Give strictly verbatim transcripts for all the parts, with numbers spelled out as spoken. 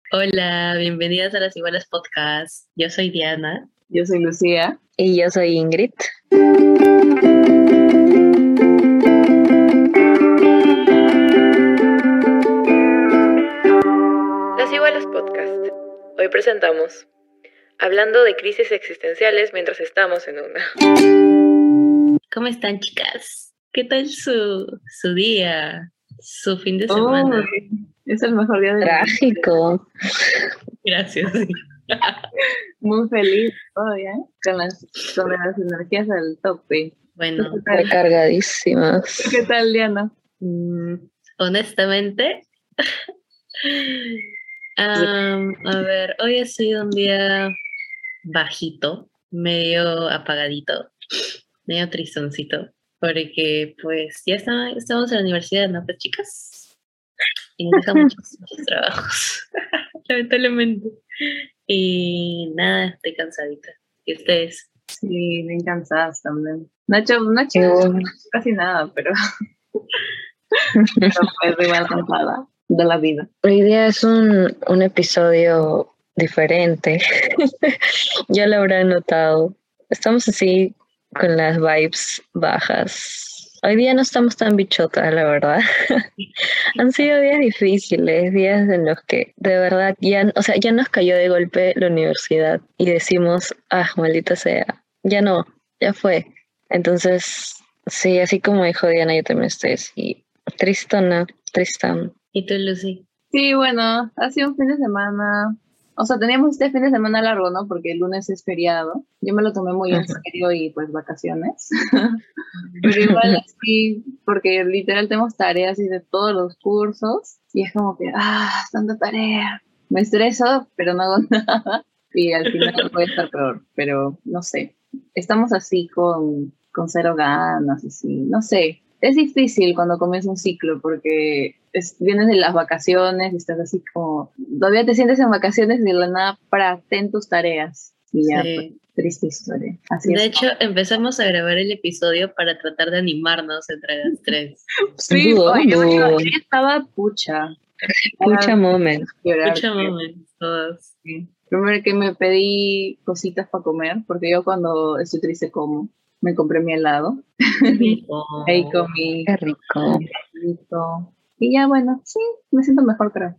Hola, bienvenidas a Las Iguales Podcast. Yo soy Diana. Yo soy Lucía. Y yo soy Ingrid. Las Iguales Podcast. Hoy presentamos Hablando de crisis existenciales mientras estamos en una. ¿Cómo están, chicas? ¿Qué tal su, su día? Su fin de semana. Oh, es el mejor día de Trágico. Gracias. Muy feliz todavía, ¿eh? con, las, con las energías al tope. Bueno, recargadísimas. ¿Qué tal, Diana? Mm, honestamente, um, a ver, hoy ha sido un día bajito, medio apagadito, medio tristoncito, porque pues ya está, estamos en la universidad, ¿no? Pues chicas, y nos dejan muchos, muchos trabajos, lamentablemente. Y nada, estoy cansadita. ¿Y ustedes? Sí, bien cansadas también. No he hecho, no he hecho Yo- casi nada, pero, pero pues igual cansada de la vida. Hoy día es un, un episodio diferente. Ya lo habrán notado. Estamos así con las vibes bajas. Hoy día no estamos tan bichotas, la verdad. Han sido días difíciles, días en los que de verdad ya, o sea, ya nos cayó de golpe la universidad y decimos, ah, maldita sea, ya no, ya fue. Entonces, sí, así como dijo Diana, yo también estoy así, tristona, tristón. ¿Y tú, Lucy? Sí, bueno, ha sido un fin de semana. O sea, teníamos este fin de semana largo, ¿no? Porque el lunes es feriado. Yo me lo tomé muy en Ujú. serio y pues vacaciones. Pero igual sí, porque literal tenemos tareas y de todos los cursos. Y es como que, ah, tanta tarea. Me estreso, pero no hago nada. Y al final puede estar peor. Pero no sé. Estamos así con, con cero ganas, así. No sé. Es difícil cuando comienza un ciclo porque es- vienes de las vacaciones y estás así como, todavía te sientes en vacaciones y de la nada para ten tus tareas. Y ya, pues, Sí. triste historia. Así De es. hecho, empezamos a grabar el episodio para tratar de animarnos entre las tres. Sí, Dudo, oye, yo, dudo. yo estaba pucha. Pucha moment. Llorar. Mucho momentos todos. Sí. Primero que me pedí cositas para comer, porque yo cuando estoy triste como, me compré mi helado. Oh. Ahí comí Qué rico. mi heladito. Y ya bueno, sí, me siento mejor, creo.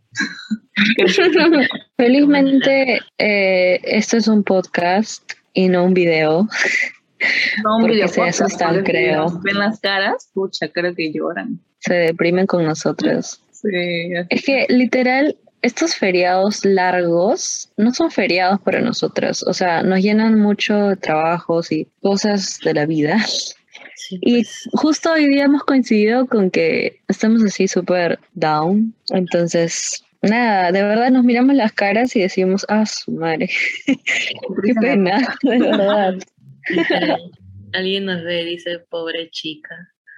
Felizmente, eh, esto es un podcast y no un video. No, un Porque video se podcast, asustan, porque si creo. nos ven las caras, pucha, creo que lloran. Se deprimen con nosotros. Sí, así. Es que literal, estos feriados largos no son feriados para nosotros. O sea, nos llenan mucho de trabajos y cosas de la vida. Sí, Y pues. justo hoy día hemos coincidido con que estamos así súper down. Entonces, nada, de verdad nos miramos las caras y decimos, ah, su madre, qué pena, de verdad. Literal. Alguien nos ve y dice, pobre chica.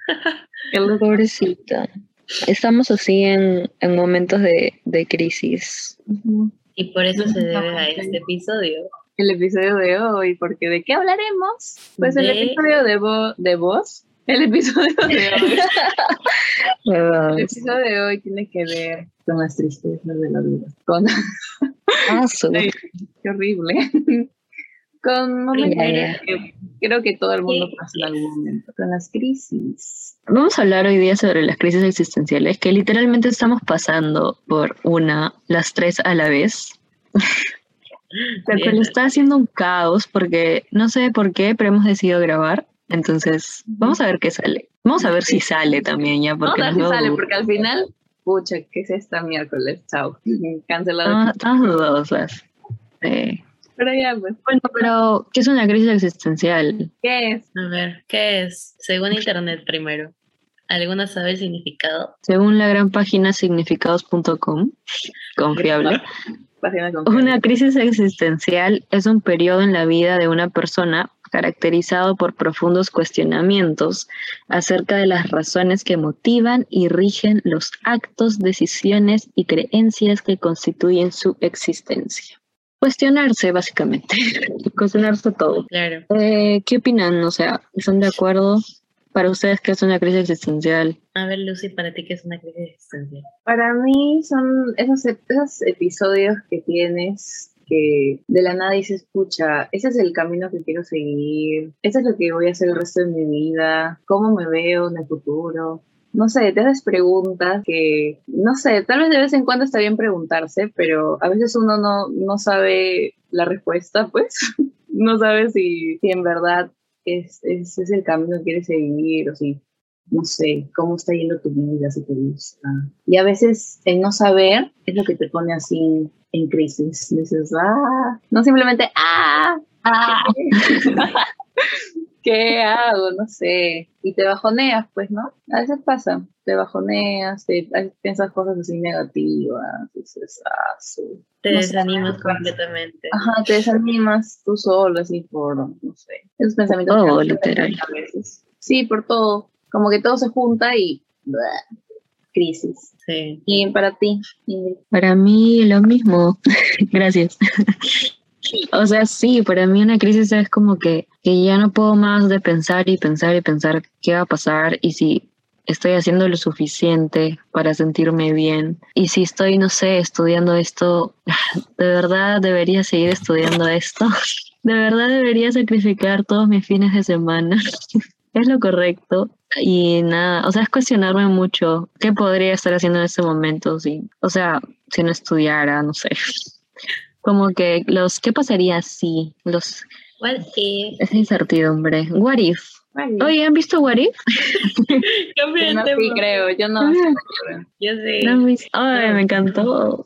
Pobrecita. Estamos así en, en momentos de, de crisis. Ujú. Y por eso se debe a este episodio. El episodio de hoy, porque ¿de qué hablaremos? Pues el De- episodio de, vo- de voz, el episodio de hoy, el episodio de hoy tiene que ver con las tristezas de la vida, con, Ah, su- ay, qué horrible, con momentos Ya, ya. que creo que todo el mundo Sí, pasa en algún momento, con las crisis. Vamos a hablar hoy día sobre las crisis existenciales que literalmente estamos pasando por una, las tres a la vez. Lo Bien. cual está haciendo un caos porque no sé por qué, pero hemos decidido grabar. Entonces, vamos a ver qué sale. Vamos a ver si sale también ya, porque Vamos a ver nos si veo sale, du- porque al final, pucha, ¿qué es esta miércoles? Chao, cancelado. estamos, estamos dudosas. Sí. Pero ya, pues, Bueno, pero ¿qué es una crisis existencial? ¿qué es? A ver, ¿qué es? Según internet primero. ¿Alguna sabe el significado? Según la gran página significados punto com, confiable, Página con una crisis existencial es un periodo en la vida de una persona caracterizado por profundos cuestionamientos acerca de las razones que motivan y rigen los actos, decisiones y creencias que constituyen su existencia. Cuestionarse, básicamente. Cuestionarse todo. Claro. Eh, ¿Qué opinan? O sea, ¿están de acuerdo? para ustedes, ¿qué es una crisis existencial? A ver, Lucy, para ti, ¿qué es una crisis existencial? Para mí son esos, ep- esos episodios que tienes que de la nada dices, pucha, ese es el camino que quiero seguir, eso es lo que voy a hacer el resto de mi vida, cómo me veo en el futuro. No sé, te haces preguntas que, no sé, tal vez de vez en cuando está bien preguntarse, pero a veces uno no, no sabe la respuesta, pues. No sabe si, si en verdad es, es, es el camino que quieres seguir o si no sé, cómo está yendo tu vida, si te gusta. Y a veces el no saber es lo que te pone así en crisis. Dices, ah, no simplemente, ah, ah, ¿qué hago? No sé. Y te bajoneas, pues, ¿no? A veces pasa, te bajoneas, te, a veces piensas cosas así negativas, dices, ah, su. Te No sé, desanimas completamente. ajá, te desanimas tú solo, así por, no sé, esos pensamientos Todo, que literal. a veces. Sí, por todo. Como que todo se junta y bleh, crisis. Sí. Y para ti, Ingrid. Para mí lo mismo. Gracias. O sea, sí, para mí una crisis es como que, que ya no puedo más de pensar y pensar y pensar qué va a pasar y si estoy haciendo lo suficiente para sentirme bien. Y si estoy, no sé, estudiando esto, ¿de verdad debería seguir estudiando esto? ¿De verdad debería sacrificar todos mis fines de semana? ¿Es lo correcto? Y nada, o sea, es cuestionarme mucho qué podría estar haciendo en este momento, sí. O sea, si no estudiara, no sé. Como que los, ¿qué pasaría si? Los, What if? esa incertidumbre. What if? Vale. Oye, ¿han visto What if? Cambia Yo de no tema. sí creo, yo no. Ah, Yo sé. ¿no han visto? Ay, No. me encantó.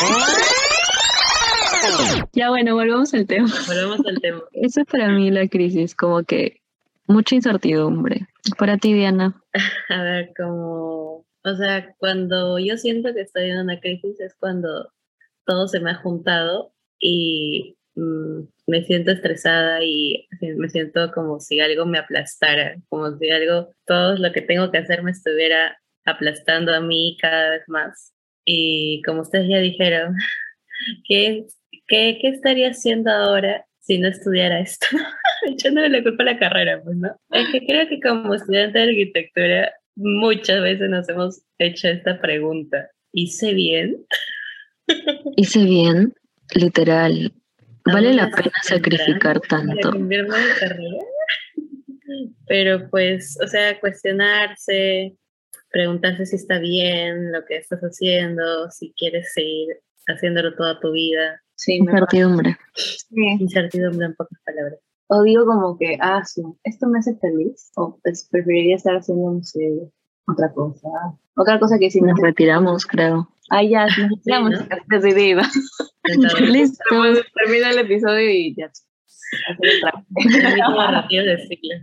Ya bueno, volvamos al tema. Volvemos al tema. Eso es para mí la crisis, como que mucha incertidumbre. Para ti, Diana. A ver, como, o sea, cuando yo siento que estoy en una crisis es cuando todo se me ha juntado y mm, me siento estresada y así, me siento como si algo me aplastara, como si algo, todo lo que tengo que hacer me estuviera aplastando a mí cada vez más. Y como ustedes ya dijeron, ¿qué, qué, qué estaría haciendo ahora si no estudiara esto? Echándole la culpa a la carrera, pues, ¿no? Es que creo que como estudiante de arquitectura muchas veces nos hemos hecho esta pregunta. ¿Hice bien? Hice bien, literal. ¿Vale ¿Aún la es pena sacrificar temprano para tanto? cambiarme de carrera? Pero pues, o sea, cuestionarse, preguntarse si está bien lo que estás haciendo, si quieres seguir haciéndolo toda tu vida. Sí, me pasa. Incertidumbre. Sí. Incertidumbre en pocas palabras. O digo como que, ah, sí, esto me hace feliz. O pues preferiría estar haciendo, no sé, otra cosa. Otra cosa que sí me Nos hace. retiramos, creo. Ah, ya, nos Sí, quedamos ¿no? decidido. Sentado. Listo. Termina el episodio y ya. Hacer el trabajo. El mismo retiro de ciclo.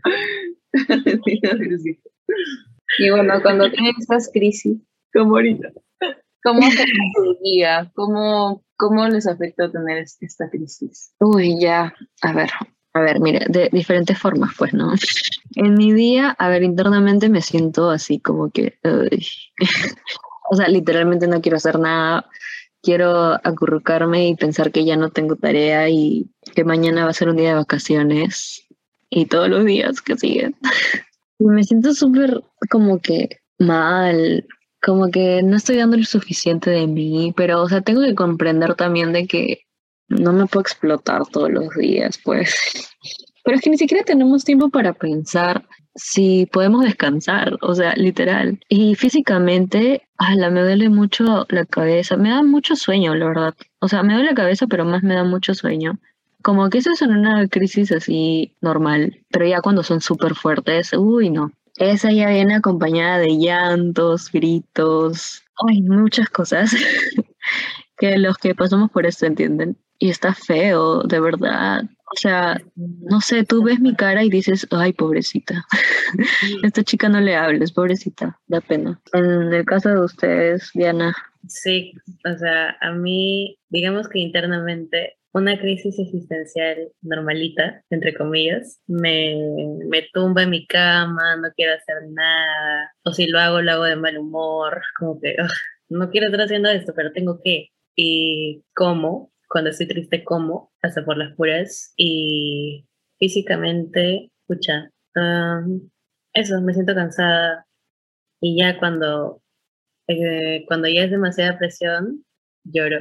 Y bueno, cuando tienes estas crisis, como ahorita, ¿cómo se tu día? ¿Cómo, ¿Cómo les afecta tener es- esta crisis? Uy, ya. A ver, a ver, mira, de diferentes formas, pues, ¿no? En mi día, a ver, internamente me siento así como que, uy. O sea, literalmente no quiero hacer nada. Quiero acurrucarme y pensar que ya no tengo tarea y que mañana va a ser un día de vacaciones y todos los días que siguen. Y me siento súper como que mal, como que no estoy dando lo suficiente de mí, pero, o sea, tengo que comprender también de que no me puedo explotar todos los días, pues. Pero es que ni siquiera tenemos tiempo para pensar si podemos descansar, o sea, literal. Y físicamente, ala, me duele mucho la cabeza, me da mucho sueño, la verdad. O sea, me duele la cabeza, pero más me da mucho sueño. Como que eso es en una crisis así normal, pero ya cuando son súper fuertes, uy, no. Esa ya viene acompañada de llantos, gritos, ay, muchas cosas que los que pasamos por esto entienden. Y está feo, de verdad. O sea, no sé, tú ves mi cara y dices, ay, pobrecita. Esta chica no le hables, pobrecita, da pena. En el caso de ustedes, Diana. Sí, o sea, a mí, digamos que internamente, una crisis existencial normalita, entre comillas, me, me tumba en mi cama, no quiero hacer nada, o si lo hago, lo hago de mal humor, como que ugh, no quiero estar haciendo esto, pero tengo que. Y como, cuando estoy triste, como, hasta por las puras, y físicamente, escucha, eso, me siento cansada y ya cuando, eh, cuando ya es demasiada presión, lloro.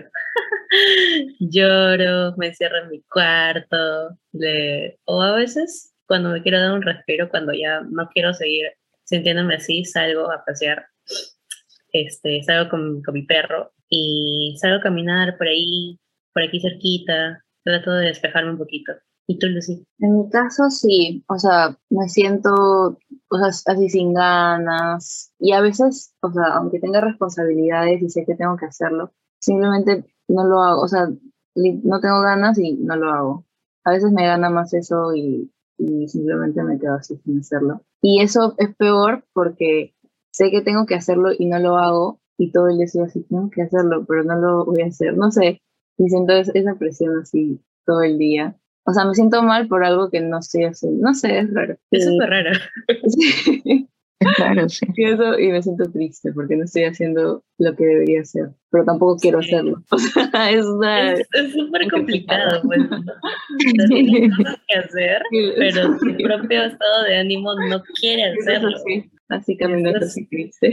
Lloro, me encierro en mi cuarto, le... o a veces cuando me quiero dar un respiro, cuando ya no quiero seguir sintiéndome así, salgo a pasear, este, salgo con, con mi perro y salgo a caminar por ahí, por aquí cerquita, trato de despejarme un poquito. ¿Y tú, Lucy? En mi caso sí, o sea, me siento, o sea, así sin ganas y a veces, o sea, aunque tenga responsabilidades y sé que tengo que hacerlo, simplemente no lo hago, o sea, li- no tengo ganas y no lo hago. A veces me gana más eso y, y simplemente me quedo así sin hacerlo. Y eso es peor porque sé que tengo que hacerlo y no lo hago y todo el día estoy así, tengo que hacerlo, pero no lo voy a hacer, no sé, y siento es- esa presión así todo el día. O sea, me siento mal por algo que no estoy haciendo. No sé, es raro. Es Y, súper raro. sí, Claro, sí. y eso, y me siento triste porque no estoy haciendo lo que debería hacer, pero tampoco quiero Sí. hacerlo. O sea, es una... Es es súper como que complicado, picada. pues, ¿no? O sea, tienes cosas que hacer, Sí, pero tu sí, propio estado de ánimo no quiere es hacerlo. así, así Eso caminas es así triste.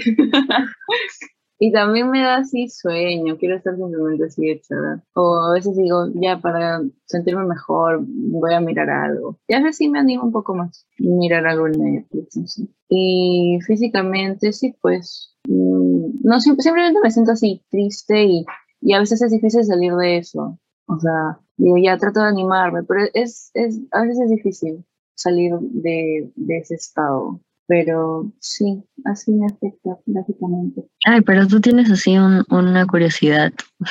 Y también me da así sueño, quiero estar simplemente así echada. O a veces digo, ya para sentirme mejor, voy a mirar algo. Y a veces sí me animo un poco más, mirar algo en Netflix, no sé. Y físicamente sí, pues, mm, no, sim- simplemente me siento así triste y, y a veces es difícil salir de eso. O sea, digo, ya trato de animarme, pero es, es, a veces es difícil salir de, de ese estado. Pero sí, así me afecta, básicamente. Ay, pero tú tienes así un- una curiosidad.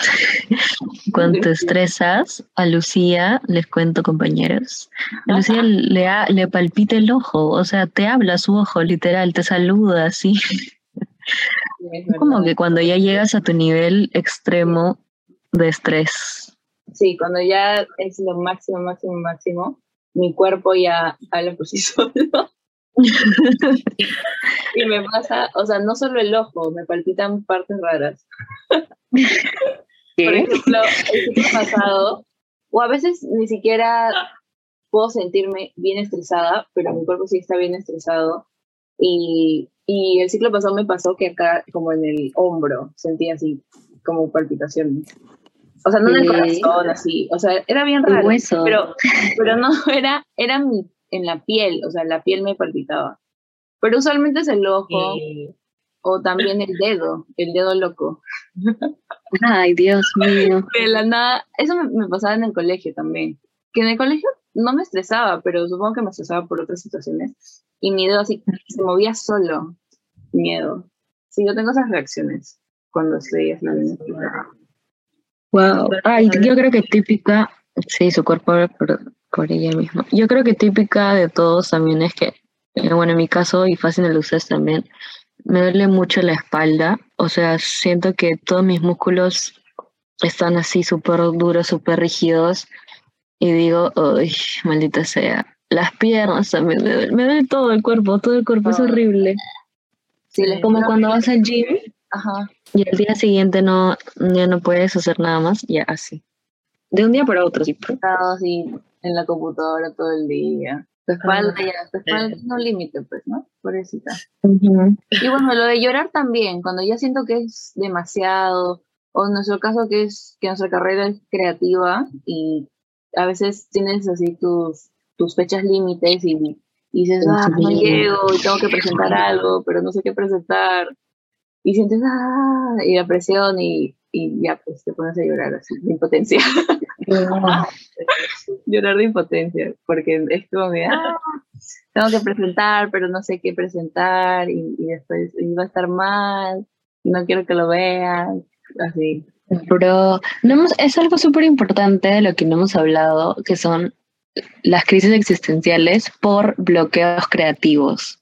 Cuando te estresas, a Lucía, les cuento compañeros, a Lucía le, ha- le palpita el ojo, o sea, te habla su ojo, literal, te saluda así. Sí, es Es como verdad. que cuando ya llegas a tu nivel extremo de estrés. Sí, cuando ya es lo máximo, máximo, máximo, mi cuerpo ya habla por sí solo. Y me pasa, o sea, no solo el ojo, me palpitan partes raras. Por ¿Qué? ejemplo, el ciclo pasado, o a veces ni siquiera puedo sentirme bien estresada, pero mi cuerpo sí está bien estresado. Y, y el ciclo pasado me pasó que acá, como en el hombro, sentía así como palpitaciones. O sea, no en el ¿Qué? corazón, así. O sea, era bien El raro. hueso. Pero, pero no, era, era mi, en la piel. O sea, la piel me palpitaba. Pero usualmente es el ojo que o también el dedo, el dedo loco. Ay, Dios mío. De la nada, eso me, me pasaba en el colegio también. Que en el colegio no me estresaba, pero supongo que me estresaba por otras situaciones. Y mi dedo así se movía solo. Miedo. Sí, yo tengo esas reacciones cuando estoy así bien estresada. Wow. cuerpo Ay, habla yo creo que por- típica, sí, su cuerpo habla por, por ella misma. Yo creo que típica de todos también es que, eh, bueno, en mi caso, y fácil de ustedes también, me duele mucho la espalda. O sea, siento que todos mis músculos están así súper duros, súper rígidos. Y digo, uy, maldita sea. Las piernas también, me duele, me duele todo el cuerpo, todo el cuerpo, es Ah, horrible. sí, la Sí. Como espalda. cuando vas al gym Ajá. y al día siguiente no, ya no puedes hacer nada más, ya así. De un día para otro, sí. Estado así en la computadora todo el día. Tu espalda Ah, ya, tu espalda eh, tiene un límite, pues, ¿no? Pobrecita. Ujú. Y bueno, lo de llorar también, cuando ya siento que es demasiado, o en nuestro caso que es que nuestra carrera es creativa y a veces tienes así tus, tus fechas límites y, y dices, ah, no Sí. llego y tengo que presentar algo, pero no sé qué presentar. Y sientes, ah, y la presión y, y ya, pues te pones a llorar así, de impotencia. No. Llorar de impotencia, porque es como que, ah, tengo que presentar, pero no sé qué presentar y, y después y va a estar mal, y no quiero que lo vean, así. Pero no hemos- es algo súper importante de lo que no hemos hablado, que son las crisis existenciales por bloqueos creativos.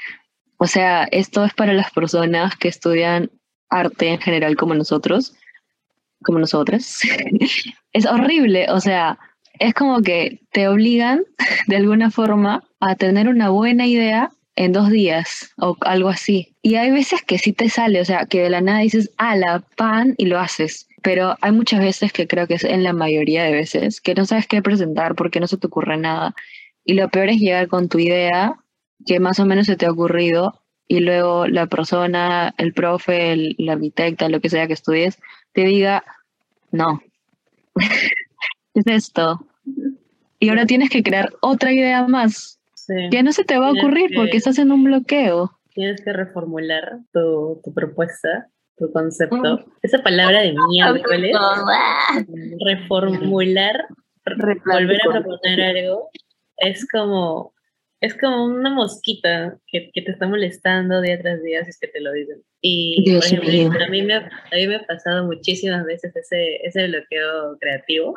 O sea, esto es para las personas que estudian arte en general como nosotros, como nosotras. Es horrible, o sea, es como que te obligan de alguna forma a tener una buena idea en dos días o algo así. Y hay veces que sí te sale, o sea, que de la nada dices, ah, la pan y lo haces. Pero hay muchas veces que creo que es en la mayoría de veces que no sabes qué presentar porque no se te ocurre nada. Y lo peor es llegar con tu idea que más o menos se te ha ocurrido y luego la persona, el profe, el, la arquitecta, lo que sea que estudies, te diga, no, ¿qué es esto? Y ahora tienes que crear otra idea más. Sí. Ya no se te va a Tienes ocurrir que- porque estás en un bloqueo. Tienes que reformular tu, tu propuesta, tu concepto. Esa palabra de miércoles, reformular, volver a proponer algo, es como, es como una mosquita que, que te está molestando día tras día si es que te lo dicen. Y, Dios por ejemplo, mío. a mí, me, ha- a mí me ha pasado muchísimas veces ese, ese bloqueo creativo.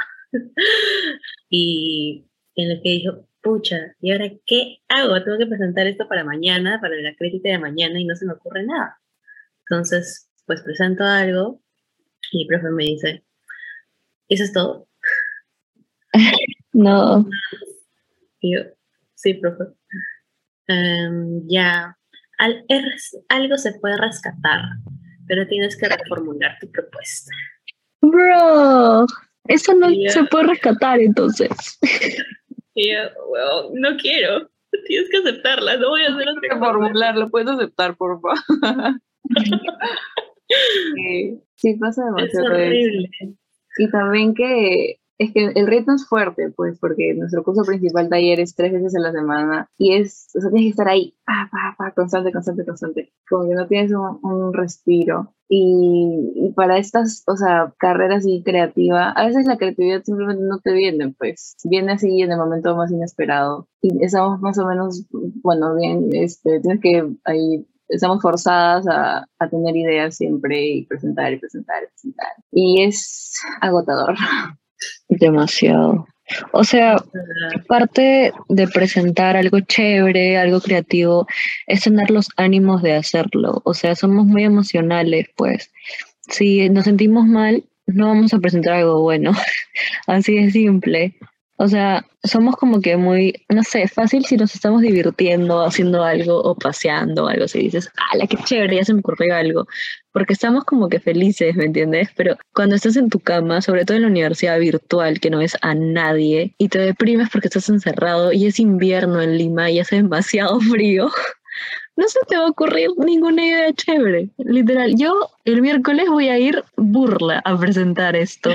Y en lo que dijo, pucha, ¿y ahora qué hago? Tengo que presentar esto para mañana, para la crítica de mañana, y no se me ocurre nada. Entonces, pues presento algo y el profe me dice, ¿eso es todo? No, Y yo, sí, profe. "Em, ya, Al- es- algo se puede rescatar, pero tienes que reformular tu propuesta. bro, eso no Y yo- se puede rescatar entonces. Y yo, "Well, no quiero, tienes que aceptarla, no voy a hacer otra cosa". Formular, lo puedes aceptar, por favor. Sí, sí, pasa Es demasiado eso. horrible. Y también que es que el ritmo es fuerte, pues, porque nuestro curso principal taller es tres veces a la semana y es, o sea, tienes que estar ahí, pa, pa, pa, constante, constante, constante, como que no tienes un, un respiro. Y, y para estas, o sea, carreras y creativa, a veces la creatividad simplemente no te viene, pues, viene así en el momento más inesperado. Y estamos más o menos, bueno, bien, este, tienes que ahí estamos forzadas a, a tener ideas siempre y presentar y presentar y presentar. Y es agotador. Demasiado. O sea, Ah, parte de presentar algo chévere, algo creativo, es tener los ánimos de hacerlo. O sea, somos muy emocionales, pues. Si nos sentimos mal, no vamos a presentar algo bueno. Así de simple. O sea, somos como que muy, no sé, fácil si nos estamos divirtiendo, haciendo algo o paseando o algo así. Dices, ¡ala, qué chévere! Ya se me ocurrió algo. Porque estamos como que felices, ¿me entiendes? Pero cuando estás en tu cama, sobre todo en la universidad virtual, que no ves a nadie, y te deprimes porque estás encerrado y es invierno en Lima y hace demasiado frío, no se te va a ocurrir ninguna idea chévere. Literal, yo el miércoles voy a ir burla a presentar esto.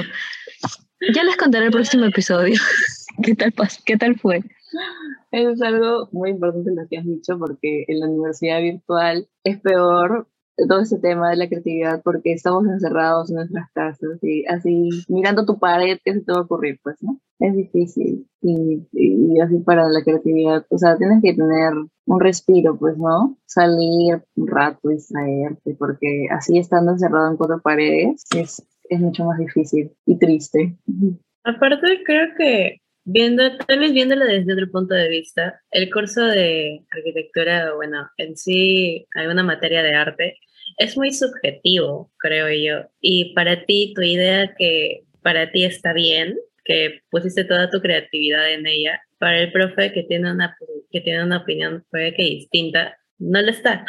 Ya les contaré el próximo episodio. ¿Qué tal, pas- ¿Qué tal fue? Eso es algo muy importante lo que has dicho, porque en la universidad virtual es peor todo ese tema de la creatividad, porque estamos encerrados en nuestras casas y así mirando tu pared, ¿qué se te va a ocurrir? Pues, ¿no? Es difícil. Y, y así para la creatividad, o sea, tienes que tener un respiro, pues, ¿no? Salir un rato, distraerte, porque así estando encerrado en cuatro paredes es, es mucho más difícil y triste. Aparte, creo que viendo, tal vez viéndolo desde otro punto de vista, el curso de arquitectura, bueno, en sí, alguna materia de arte, es muy subjetivo, creo yo. Y para ti, tu idea que para ti está bien, que pusiste toda tu creatividad en ella, para el profe que tiene una, que tiene una opinión puede que distinta, no lo está.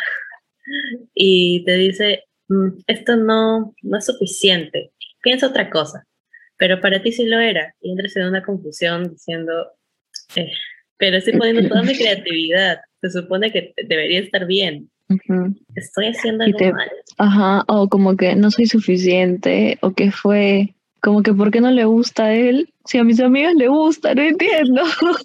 Y te dice, "Mm, esto no, no es suficiente, piensa otra cosa". Pero para ti sí lo era. Y entras en una confusión diciendo, eh, pero estoy poniendo toda mi creatividad. Se supone que debería estar bien. Ujú. Estoy haciendo Y algo te- mal. Ajá, o como que no soy suficiente, o que fue, como que ¿por qué no le gusta a él? Si a mis amigas le gusta, no entiendo.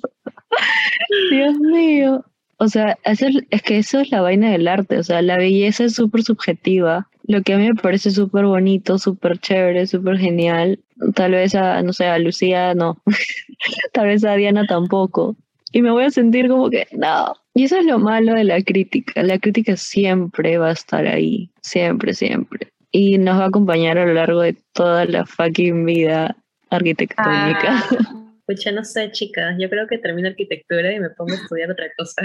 Dios mío. O sea, eso es, es que eso es la vaina del arte, o sea, la belleza es súper subjetiva. Lo que a mí me parece súper bonito, súper chévere, súper genial, tal vez a, no sé, a Lucía no, tal vez a Diana tampoco. Y me voy a sentir como que, no. Y eso es lo malo de la crítica. La crítica siempre va a estar ahí, siempre, siempre. Y nos va a acompañar a lo largo de toda la fucking vida arquitectónica. Pucha, no sé, chicas. Yo creo que termino arquitectura y me pongo a estudiar otra cosa.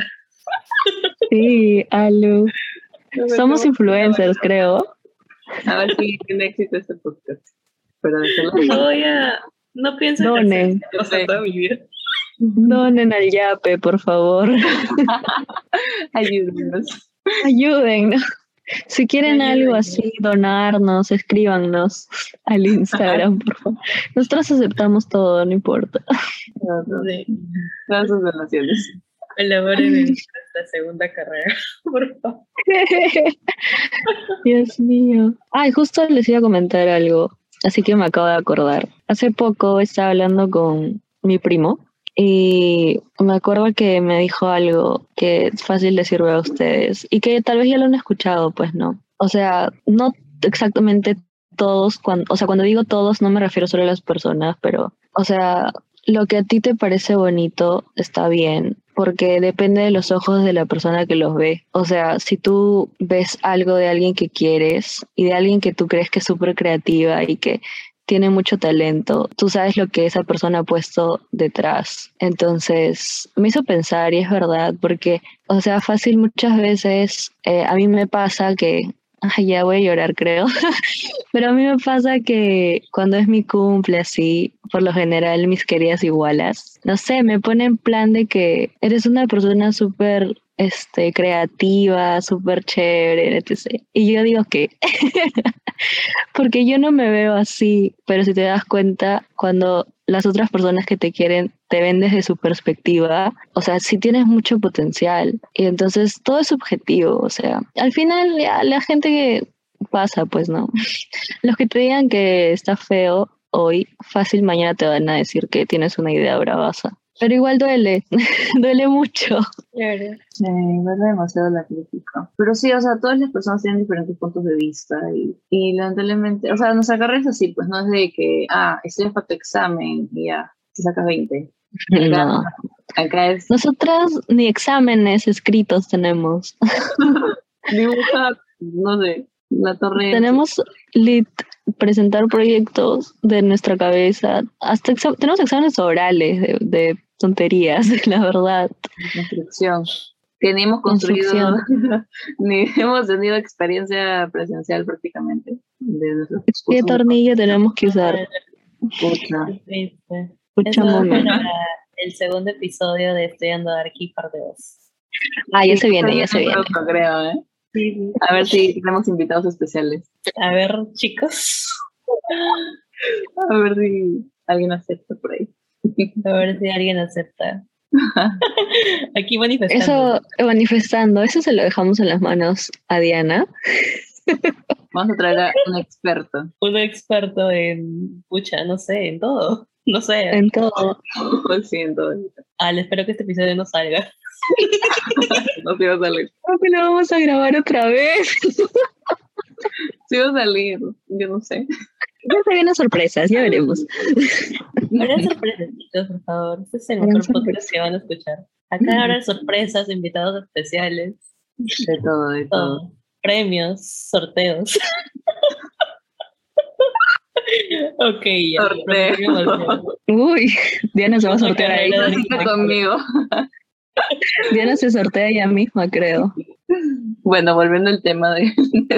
Sí, Alu. No sé Somos cómo- influencers, creo. A ver si tiene éxito este podcast. Pero déjalo. No voy a... No pienso en hacer Donen, esta cosa toda mi vida. donen al Yape, por favor. Ayúdenos. Ayuden. Si quieren Ayuden. algo así, donarnos, escríbanos al Instagram, por favor. Nosotros aceptamos todo, no importa. No, no. Sí. Todas sus donaciones. Colaboren en la segunda carrera, por favor. Dios mío. Ay, justo les iba a comentar algo, así que me acabo de acordar. Hace poco estaba hablando con mi primo y me acuerdo que me dijo algo que es fácil de sirve a ustedes y que tal vez ya lo han escuchado, pues no. O sea, no exactamente todos, cuando, o sea, cuando digo todos no me refiero solo a las personas, pero, o sea, lo que a ti te parece bonito está bien, porque depende de los ojos de la persona que los ve. O sea, si tú ves algo de alguien que quieres y de alguien que tú crees que es súper creativa y que tiene mucho talento, tú sabes lo que esa persona ha puesto detrás. Entonces, me hizo pensar, y es verdad, porque, o sea, fácil muchas veces, eh, a mí me pasa que, ay, ya voy a llorar, creo. Pero a mí me pasa que cuando es mi cumple así, por lo general mis queridas igualas, no sé, me pone en plan de que eres una persona súper este, creativa, súper chévere, etcétera. Y yo digo que, porque yo no me veo así, pero si te das cuenta, cuando las otras personas que te quieren te ven desde su perspectiva, o sea, sí tienes mucho potencial. Y entonces todo es subjetivo, o sea, al final ya, la gente que pasa, pues no. Los que te digan que está feo hoy, fácil mañana te van a decir que tienes una idea bravaza. Pero igual duele, duele mucho. Claro. Sí, duele demasiado la crítica. Pero sí, o sea, todas las personas tienen diferentes puntos de vista y, y lamentablemente, o sea, nuestra carrera es así, pues no es de que, ah, estudias para tu examen y ya, te sacas veinte. Acá, No. acá es... Nosotras ni exámenes escritos tenemos. Dibuja, no sé, la torre... Tenemos lit presentar proyectos de nuestra cabeza. Hasta exa- tenemos exámenes orales de, de tonterías, la verdad. Construcción. Que ni hemos construido, Construcción. ni hemos tenido experiencia presencial prácticamente. De nuestros ¿Qué cursos de tornillo tenemos que usar? pucha. Triste. Pucha Eso es momento. para el segundo episodio de Estudiando Arqui parte dos. Ah, ya Sí, se viene, ya se viene. pronto, creo, ¿eh? Sí. A ver si tenemos invitados especiales. A ver, chicos. A ver si alguien acepta por ahí. A ver si alguien acepta. Aquí manifestando. Eso, manifestando, eso se lo dejamos en las manos a Diana. Vamos a traer a un experto. Un experto en, pucha, no sé, en todo. No sé. En todo. Lo siento. Al, espero que este episodio no salga. No se va a salir. Creo que lo vamos a grabar otra vez. Sí va a salir. Yo no sé. Ya se vienen sorpresas, ya veremos. Habrá sorpresas, chicos, por favor. Este es el Habrán mejor podcast que van a escuchar. Acá habrá sorpresas, invitados especiales, De todo, de todo. todo. Premios, sorteos. Ok, ya. Sorteo. prosigamos. Uy, Diana se va a Una sortear ahí. carrera de- Está conmigo. Diana se sortea ella misma, creo. Bueno, volviendo al tema de...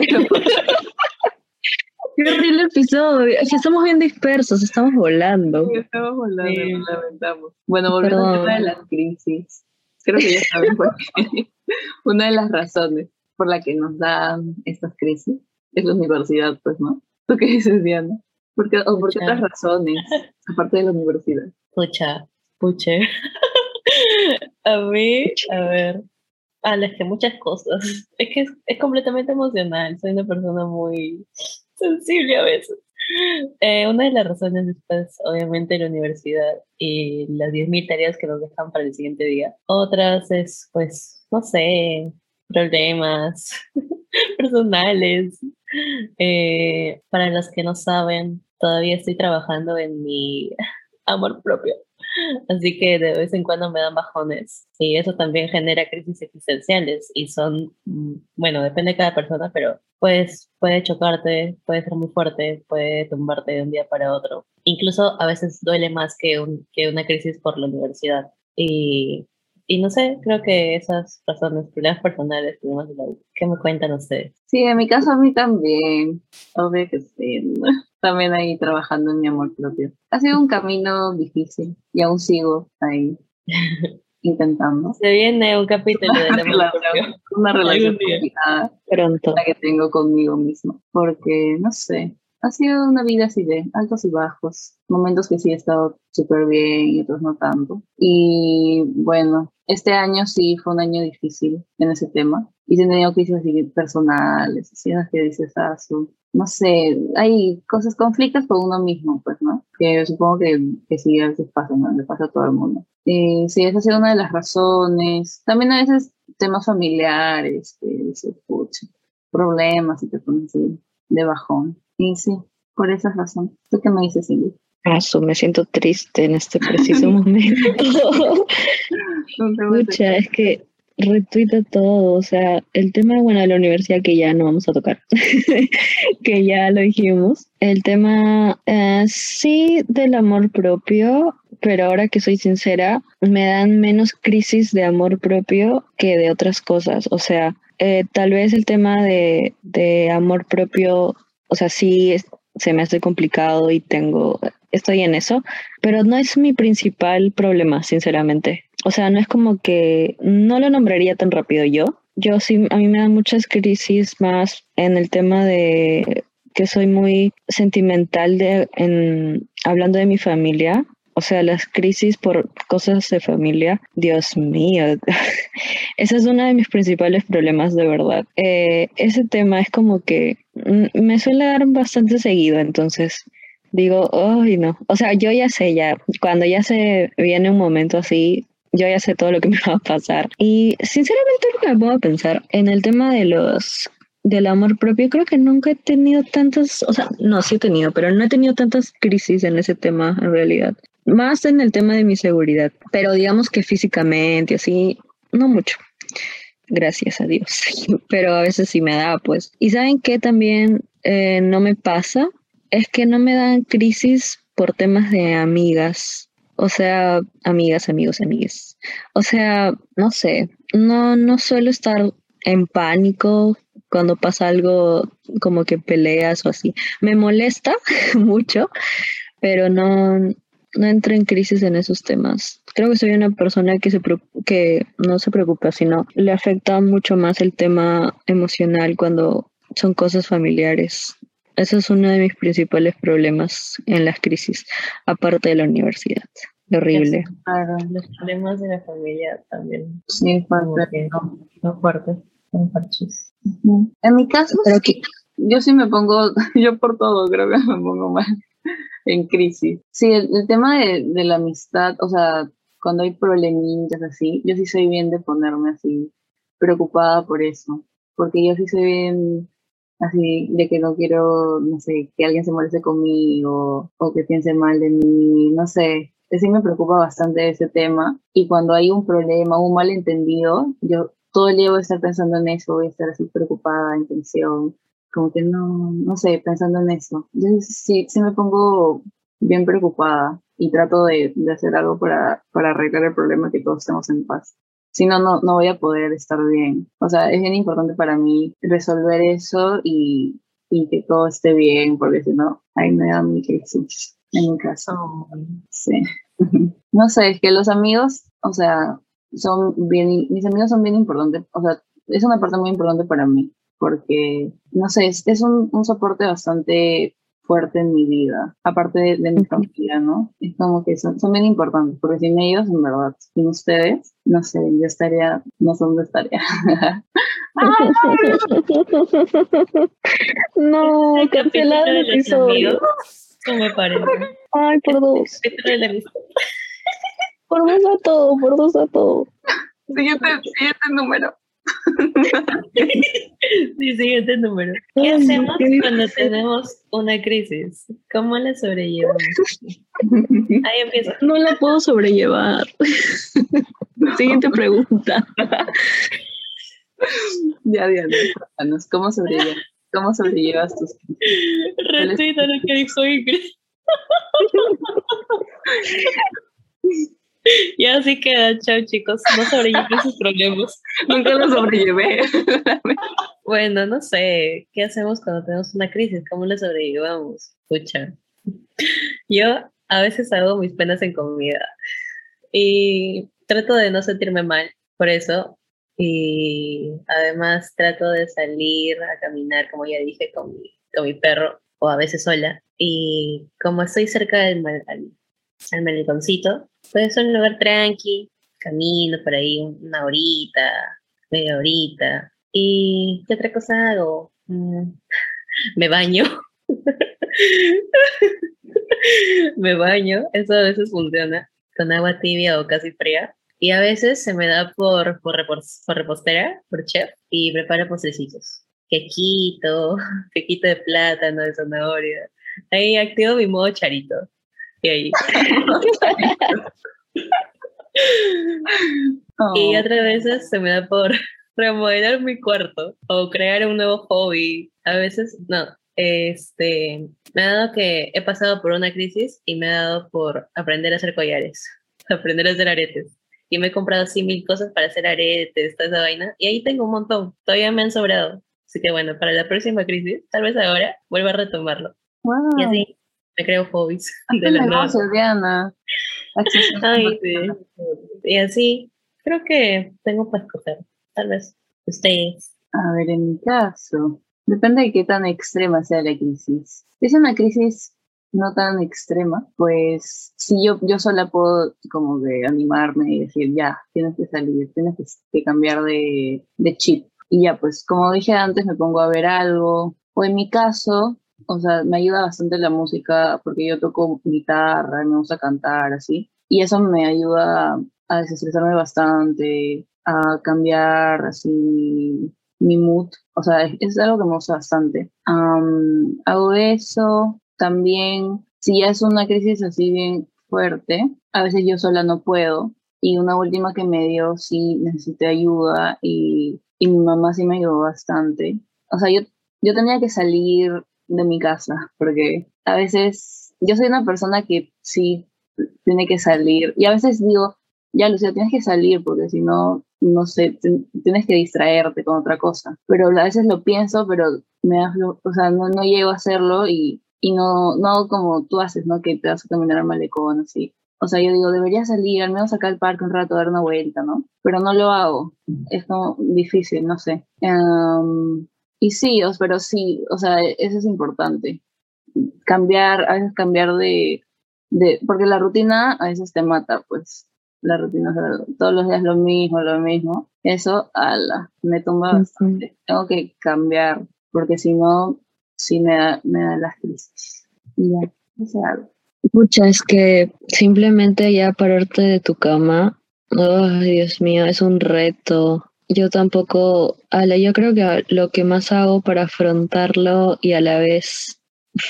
Qué horrible episodio. Es que estamos bien dispersos, estamos volando. Estamos volando, Sí. nos lamentamos. Bueno, volviendo al Perdón. tema de las crisis. Creo que ya saben por qué. Una de las razones por la que nos dan estas crisis es la universidad, pues, ¿no? ¿Tú qué dices, Diana? ¿Por qué, ¿O por qué Pucha. otras razones, aparte de la universidad? Pucha, puche. A mí, a ver. Ah, es que muchas cosas. Es que es, es completamente emocional. Soy una persona muy sensible a veces. Eh, una de las razones es, pues, obviamente, la universidad y las diez mil tareas que nos dejan para el siguiente día. Otras es, pues, no sé, problemas personales. Eh, para los que no saben, todavía estoy trabajando en mi amor propio. Así que de vez en cuando me dan bajones y eso también genera crisis existenciales y son, mm, bueno, depende de cada persona, pero pues puede chocarte, puede ser muy fuerte, puede tumbarte de un día para otro. Incluso a veces duele más que, un, que una crisis por la universidad. Y, y no sé, creo que esas razones, problemas personales, problemas de la vida. ¿Qué me cuentan ustedes? Sí, en mi caso a mí también. Obvio que sí. ¿No? También ahí trabajando en mi amor propio. Ha sido un camino difícil y aún sigo ahí intentando. Se viene un capítulo del amor relación, propio. una relación Algún día. complicada Pronto. la que tengo conmigo misma. Porque, no sé, ha sido una vida así de altos y bajos, momentos que sí he estado súper bien y otros no tanto. Y bueno, este año sí fue un año difícil en ese tema. Y sí he tenido crisis así personales, así en las que dices, ah, su- no sé, hay cosas, conflictos con uno mismo, pues, ¿no? Que supongo que, que sí a veces pasa, ¿no? Le pasa a todo el mundo. Y sí, esa ha sido una de las razones. También a veces temas familiares, que dices, pucha, problemas y te pones así de bajón. Y sí, por esa razón. ¿Tú qué me dices, Cindy? Ah, su, me siento triste en este preciso momento. Un tema de- Pucha, es que retuita todo, o sea, el tema, bueno, de la universidad que ya no vamos a tocar, que ya lo dijimos. El tema, eh, sí, del amor propio, pero ahora que soy sincera, me dan menos crisis de amor propio que de otras cosas. O sea, eh, tal vez el tema de, de amor propio, o sea, sí es- se me hace complicado y tengo, estoy en eso, pero no es mi principal problema, sinceramente. O sea, no es como que no lo nombraría tan rápido yo. Yo sí, a mí me dan muchas crisis más en el tema de que soy muy sentimental de, en, hablando de mi familia. O sea, las crisis por cosas de familia, Dios mío, ese es uno de mis principales problemas, de verdad. Eh, ese tema es como que mm, me suele dar bastante seguido, entonces digo, ay, no. O sea, yo ya sé, ya, cuando ya se viene un momento así, yo ya sé todo lo que me va a pasar. Y sinceramente, lo que me pongo a pensar en el tema de los del amor propio, creo que nunca he tenido tantas, o sea, no, sí he tenido, pero no he tenido tantas crisis en ese tema en realidad. Más en el tema de mi seguridad, pero digamos que físicamente, así, no mucho. Gracias a Dios. Pero a veces sí me da, pues. Y saben qué también eh, no me pasa, es que no me dan crisis por temas de amigas. O sea, amigas, amigos, amigues. O sea, no sé, no, no suelo estar en pánico cuando pasa algo como que peleas o así. Me molesta mucho, pero no, no entro en crisis en esos temas. Creo que soy una persona que se preocu- que no se preocupa, sino le afecta mucho más el tema emocional cuando son cosas familiares. Ese es uno de mis principales problemas en las crisis, aparte de la universidad. Yes. Horrible. Claro, Los problemas de la familia también, sí, como fuerte. que son fuertes, son parches. Ujú. En mi caso, Pero sí, que, yo sí me pongo, yo por todo creo que me pongo mal en crisis. Sí, el, el tema de, de la amistad, o sea, cuando hay problemitas así, yo sí soy bien de ponerme así preocupada por eso, porque yo sí soy bien así de que no quiero, no sé, que alguien se moleste conmigo o que piense mal de mí, no sé. Sí me preocupa bastante ese tema y cuando hay un problema, un malentendido, yo todo el día voy a estar pensando en eso, voy a estar así preocupada, en tensión, como que no, no sé, pensando en eso. Entonces sí, sí me pongo bien preocupada y trato de, de hacer algo para, para arreglar el problema, que todos estemos en paz. Si no, no, no voy a poder estar bien. O sea, es bien importante para mí resolver eso y, y que todo esté bien, porque si no, ahí me da mi crisis en mi caso. Oh, Sí. No sé, es que los amigos, o sea, son bien, mis amigos son bien importantes, o sea, es una parte muy importante para mí, porque, no sé, es, es un, un soporte bastante fuerte en mi vida, aparte de, de mi familia, ¿no? Es como que son, son bien importantes, porque sin ellos, en verdad, sin ustedes, no sé, yo estaría, no sé dónde estaría. no, el cancelado capítulo el de los amigos, episodio. ¿cómo me parece? Ay, por dos. El capítulo de la amistad. Por dos a todo, por dos a todo. Siguiente, siguiente número. Sí, siguiente número. ¿Qué Ay, hacemos qué cuando difícil. tenemos una crisis? ¿Cómo la sobrellevamos? Ahí empieza. No la puedo sobrellevar. Siguiente pregunta. Ya, Diana, cuéntanos, ¿cómo sobrellevas, cómo sobrellevas tus crisis? ¿Cuál es Retuita lo que dijo Ingrid. Ya así queda, chao chicos, no sobrelleven sus problemas. Nunca lo sobrellevé. Bueno, no sé, ¿qué hacemos cuando tenemos una crisis? ¿Cómo la sobrellevamos? Escucha, yo a veces hago mis penas en comida y trato de no sentirme mal por eso. Y además trato de salir a caminar, como ya dije, con mi, con mi perro. o a veces sola. Y como estoy cerca del mal- al, al maleconcito, pues es un lugar tranqui, camino por ahí una horita, media horita. ¿Y qué otra cosa hago? Mm, me baño. Me baño, eso a veces funciona, con agua tibia o casi fría. Y a veces se me da por, por, repos- por repostera, por chef, y preparo postecitos. Quequito, quequito de plátano, de zanahoria. Ahí activo mi modo charito. Y ahí. Y Oh, otras veces se me da por remodelar mi cuarto o crear un nuevo hobby. A veces, no, este, me ha dado que he pasado por una crisis y me ha dado por aprender a hacer collares, aprender a hacer aretes. Y me he comprado así mil cosas para hacer aretes, toda esa vaina. Y ahí tengo un montón. Todavía me han sobrado. Así que bueno, para la próxima crisis, tal vez ahora vuelva a retomarlo. Y wow. así me creo hobbies Haz de un la nada. negocio, Diana. Acceso Ay, sí. Y así, creo que tengo para escoger. Tal vez ustedes. A ver, en mi caso, depende de qué tan extrema sea la crisis. Si es una crisis no tan extrema, pues si yo, yo sola puedo como de animarme y decir, ya, tienes que salir, tienes que, que cambiar de, de chip. Y ya, pues como dije antes, me pongo a ver algo. O en mi caso, o sea, me ayuda bastante la música porque yo toco guitarra, me gusta cantar, así. Y eso me ayuda a desestresarme bastante, a cambiar así mi mood, o sea, es, es algo que me gusta bastante. Am, hago eso, también, si ya es una crisis así bien fuerte, a veces yo sola no puedo, y una última que me dio sí necesité ayuda, y, y mi mamá sí me ayudó bastante. O sea, yo, yo tenía que salir de mi casa, porque a veces yo soy una persona que sí tiene que salir, y a veces digo, ya, Lucía, tienes que salir porque si no, no sé, te- tienes que distraerte con otra cosa. Pero a veces lo pienso, pero me da flo- o sea, no, no llego a hacerlo y, y no, no hago como tú haces, ¿no? Que te vas a caminar al malecón, así. O sea, yo digo, debería salir, al menos acá al parque un rato, dar una vuelta, ¿no? Pero no lo hago. Es como difícil, no sé. Em, y sí, os- pero sí, o sea, eso es importante. Cambiar, a veces cambiar de, de, porque la rutina a veces te mata, pues la rutina, o sea, todos los días lo mismo, lo mismo, eso, ala, me tumba Ujú. bastante. Tengo que cambiar, porque si no, sí me da, me da las crisis. Y ya, eso algo. Pucha, es que simplemente ya pararte de tu cama, ay, Dios mío, es un reto. Yo tampoco, ala, yo creo que lo que más hago para afrontarlo y a la vez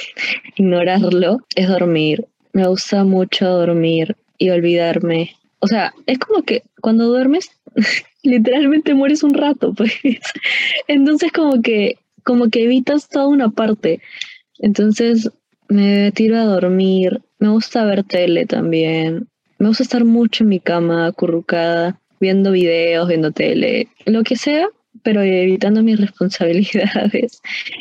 ignorarlo es dormir. Me gusta mucho dormir y olvidarme. O sea, es como que cuando duermes, literalmente mueres un rato, pues. Entonces como que, como que evitas toda una parte. Entonces me tiro a dormir. Me gusta ver tele también. Me gusta estar mucho en mi cama, acurrucada, viendo videos, viendo tele, lo que sea, pero evitando mis responsabilidades.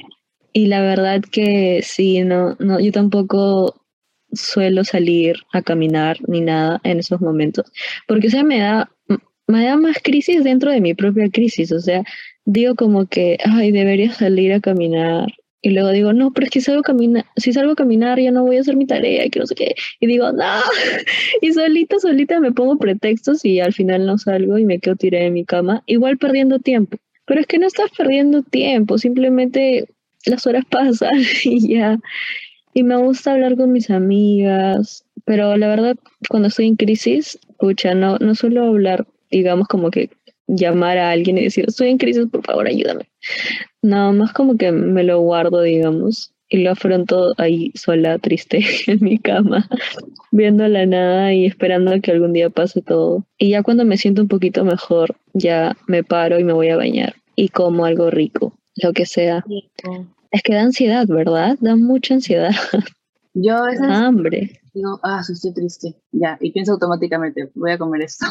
Y la verdad que sí, no, no, yo tampoco suelo salir a caminar ni nada en esos momentos, porque o sea, me da, me da más crisis dentro de mi propia crisis, o sea, digo como que, ay, debería salir a caminar. Y luego digo, no, pero es que salgo a caminar, si salgo a caminar ya no voy a hacer mi tarea, que no sé qué. Y digo, no, y solita, solita me pongo pretextos y al final no salgo y me quedo tirada en mi cama, igual perdiendo tiempo. Pero es que no estás perdiendo tiempo, simplemente las horas pasan y ya. Y me gusta hablar con mis amigas, pero la verdad, cuando estoy en crisis, pucha, no, no suelo hablar, digamos, como que llamar a alguien y decir, estoy en crisis, por favor, ayúdame. Nada más como que me lo guardo, digamos, y lo afronto ahí sola, triste, en mi cama, viendo la nada y esperando a que algún día pase todo. Y ya cuando me siento un poquito mejor, ya me paro y me voy a bañar y como algo rico, lo que sea. Rico. Es que da ansiedad, ¿verdad? Da mucha ansiedad. Yo a veces Hambre. digo, ah, sí, estoy triste, ya, y pienso automáticamente, voy a comer esto.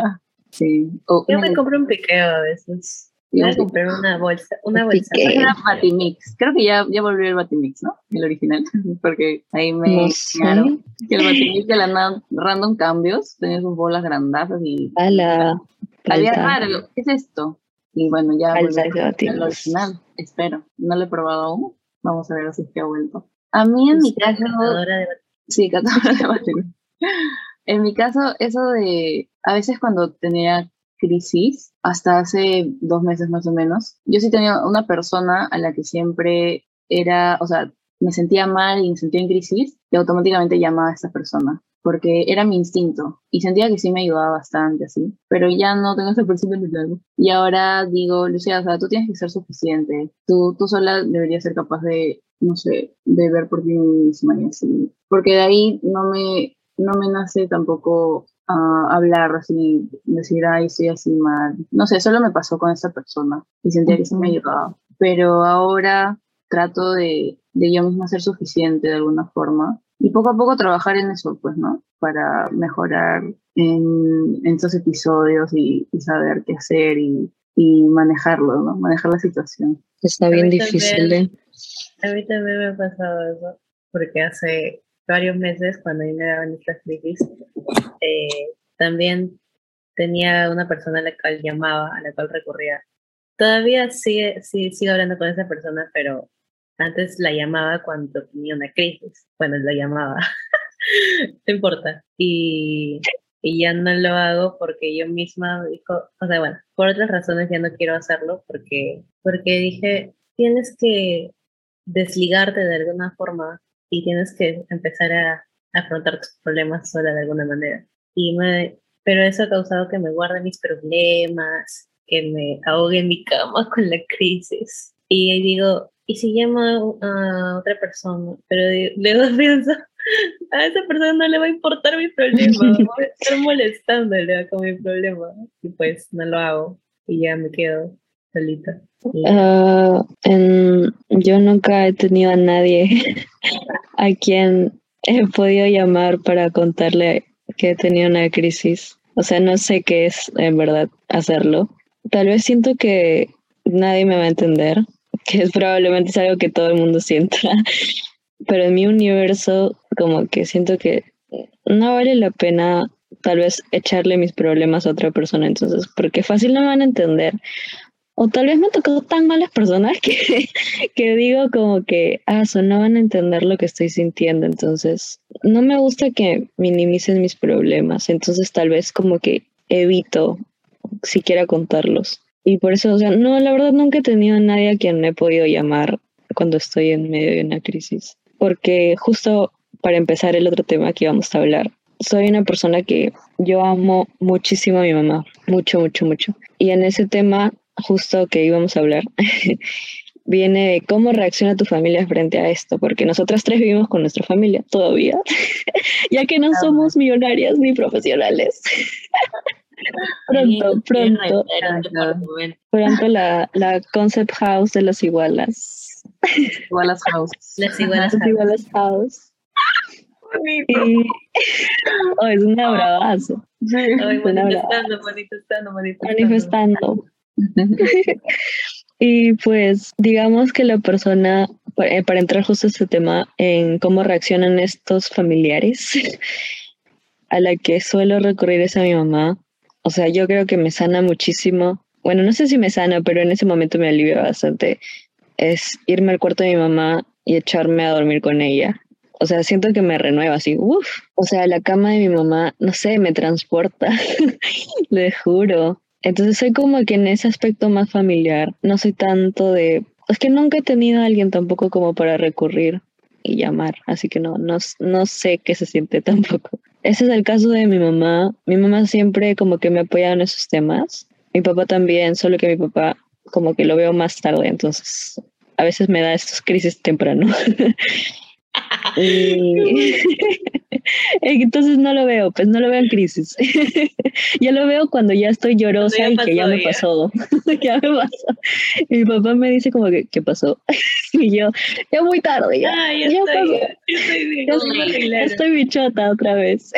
Sí, o Yo una, me compro un piqueo a veces. y Voy un a comprar una bolsa, una bolsa. Hay Piqueo. una Batimix. Creo que ya, ya volvió el Batimix, ¿no? El original. Porque ahí No me sé. enseñaron que el Batimix de la nada, random cambios, tenía sus bolas grandazas y Ala, había falta, raro, ¿qué es esto? Y bueno, ya volvió falta que al batimos. original, espero. No lo he probado aún, Vamos a ver si es que ha vuelto. A mí en mi caso... Catadora de Sí, catadora de batería. En mi caso, eso de... A veces cuando tenía crisis, hasta hace dos meses más o menos, yo sí tenía una persona a la que siempre era... O sea, me sentía mal y me sentía en crisis y automáticamente llamaba a esa persona. Porque era mi instinto y sentía que sí me ayudaba bastante así, pero ya no tengo esa persona en mi lado. Y ahora digo, Lucía, o sea, tú tienes que ser suficiente, tú, tú sola deberías ser capaz de, no sé, de ver por ti misma y así, porque de ahí no me, no me nace tampoco ah, hablar así, decir, ay, estoy así mal, no sé, solo me pasó con esa persona y sentía que sí me ayudaba, pero ahora trato de, de yo misma ser suficiente de alguna forma y poco a poco trabajar en eso, pues, ¿no? Para mejorar en, en esos episodios y, y saber qué hacer y, y manejarlo, ¿no? Manejar la situación. Está A bien mí difícil, también, ¿eh? a mí también me ha pasado eso, porque hace varios meses, cuando a mí me daban estas crisis, eh, también tenía una persona a la cual llamaba, a la cual recurría. Todavía sigue, sí, sigo hablando con esa persona, pero antes la llamaba cuando tenía una crisis, cuando la llamaba. No importa. Y, y ya no lo hago porque yo misma dijo, o sea, bueno, por otras razones ya no quiero hacerlo porque, porque dije, tienes que desligarte de alguna forma y tienes que empezar a afrontar tus problemas sola de alguna manera. Y me, pero eso ha causado que me guarde mis problemas, que me ahogue en mi cama con la crisis. Y digo, ¿y si llamo a, a otra persona? Pero di- luego pienso, a esa persona no le va a importar mi problema, voy a estar molestándole con mi problema. Y pues no lo hago y ya me quedo solita. Y ya. Ah, en- yo nunca he tenido a nadie a quien he podido llamar para contarle que he tenido una crisis. O sea, no sé qué es en verdad hacerlo. Tal vez siento que nadie me va a entender, que es probablemente es algo que todo el mundo sienta, pero en mi universo como que siento que no vale la pena tal vez echarle mis problemas a otra persona, entonces, porque fácil no me van a entender. O tal vez me han tocado tan malas personas que, que digo como que, ah, so, no van a entender lo que estoy sintiendo. Entonces, no me gusta que minimicen mis problemas. Entonces, tal vez como que evito siquiera contarlos. Y por eso, o sea, no, la verdad nunca he tenido a nadie a quien me he podido llamar cuando estoy en medio de una crisis. Porque justo para empezar el otro tema que íbamos a hablar, soy una persona que yo amo muchísimo a mi mamá. Mucho, mucho, mucho. Y en ese tema justo que íbamos a hablar, viene de cómo reacciona tu familia frente a esto, porque nosotras tres vivimos con nuestra familia todavía, ya que no somos millonarias ni profesionales. Pronto, pronto, pronto la, la concept house de los igualas. Igualas House. Las igualas Los igualas house. Y... oh, es una bravazo. Sí. Ay, Una manifestando, manifestando, manifestando. Manifestando. Y pues digamos que la persona, para, para entrar justo a este tema, en cómo reaccionan estos familiares, a la que suelo recurrir es a mi mamá. O sea, yo creo que me sana muchísimo. Bueno, no sé si me sana, pero en ese momento me alivia bastante. Es irme al cuarto de mi mamá y echarme a dormir con ella. O sea, siento que me renueva así, uff. O sea, la cama de mi mamá, no sé, me transporta, le juro. Entonces soy como que en ese aspecto más familiar, no soy tanto de... Es que nunca he tenido a alguien tampoco como para recurrir y llamar, así que no, no, no sé qué se siente tampoco. Ese es el caso de mi mamá. Mi mamá siempre como que me ha apoyado en esos temas. Mi papá también, solo que mi papá como que lo veo más tarde, entonces a veces me da estas crisis temprano. Y entonces no lo veo, pues no lo veo en crisis. Yo lo veo cuando ya estoy llorosa ya y que ya me ya. pasó. Ya me pasó. Y mi papá me dice como que, ¿qué pasó? Y yo, ya muy tarde, ya, Ah, ya, ya estoy, pasó. ya estoy bien. Ya Ya estoy, me ya arreglaron. estoy bichota otra vez.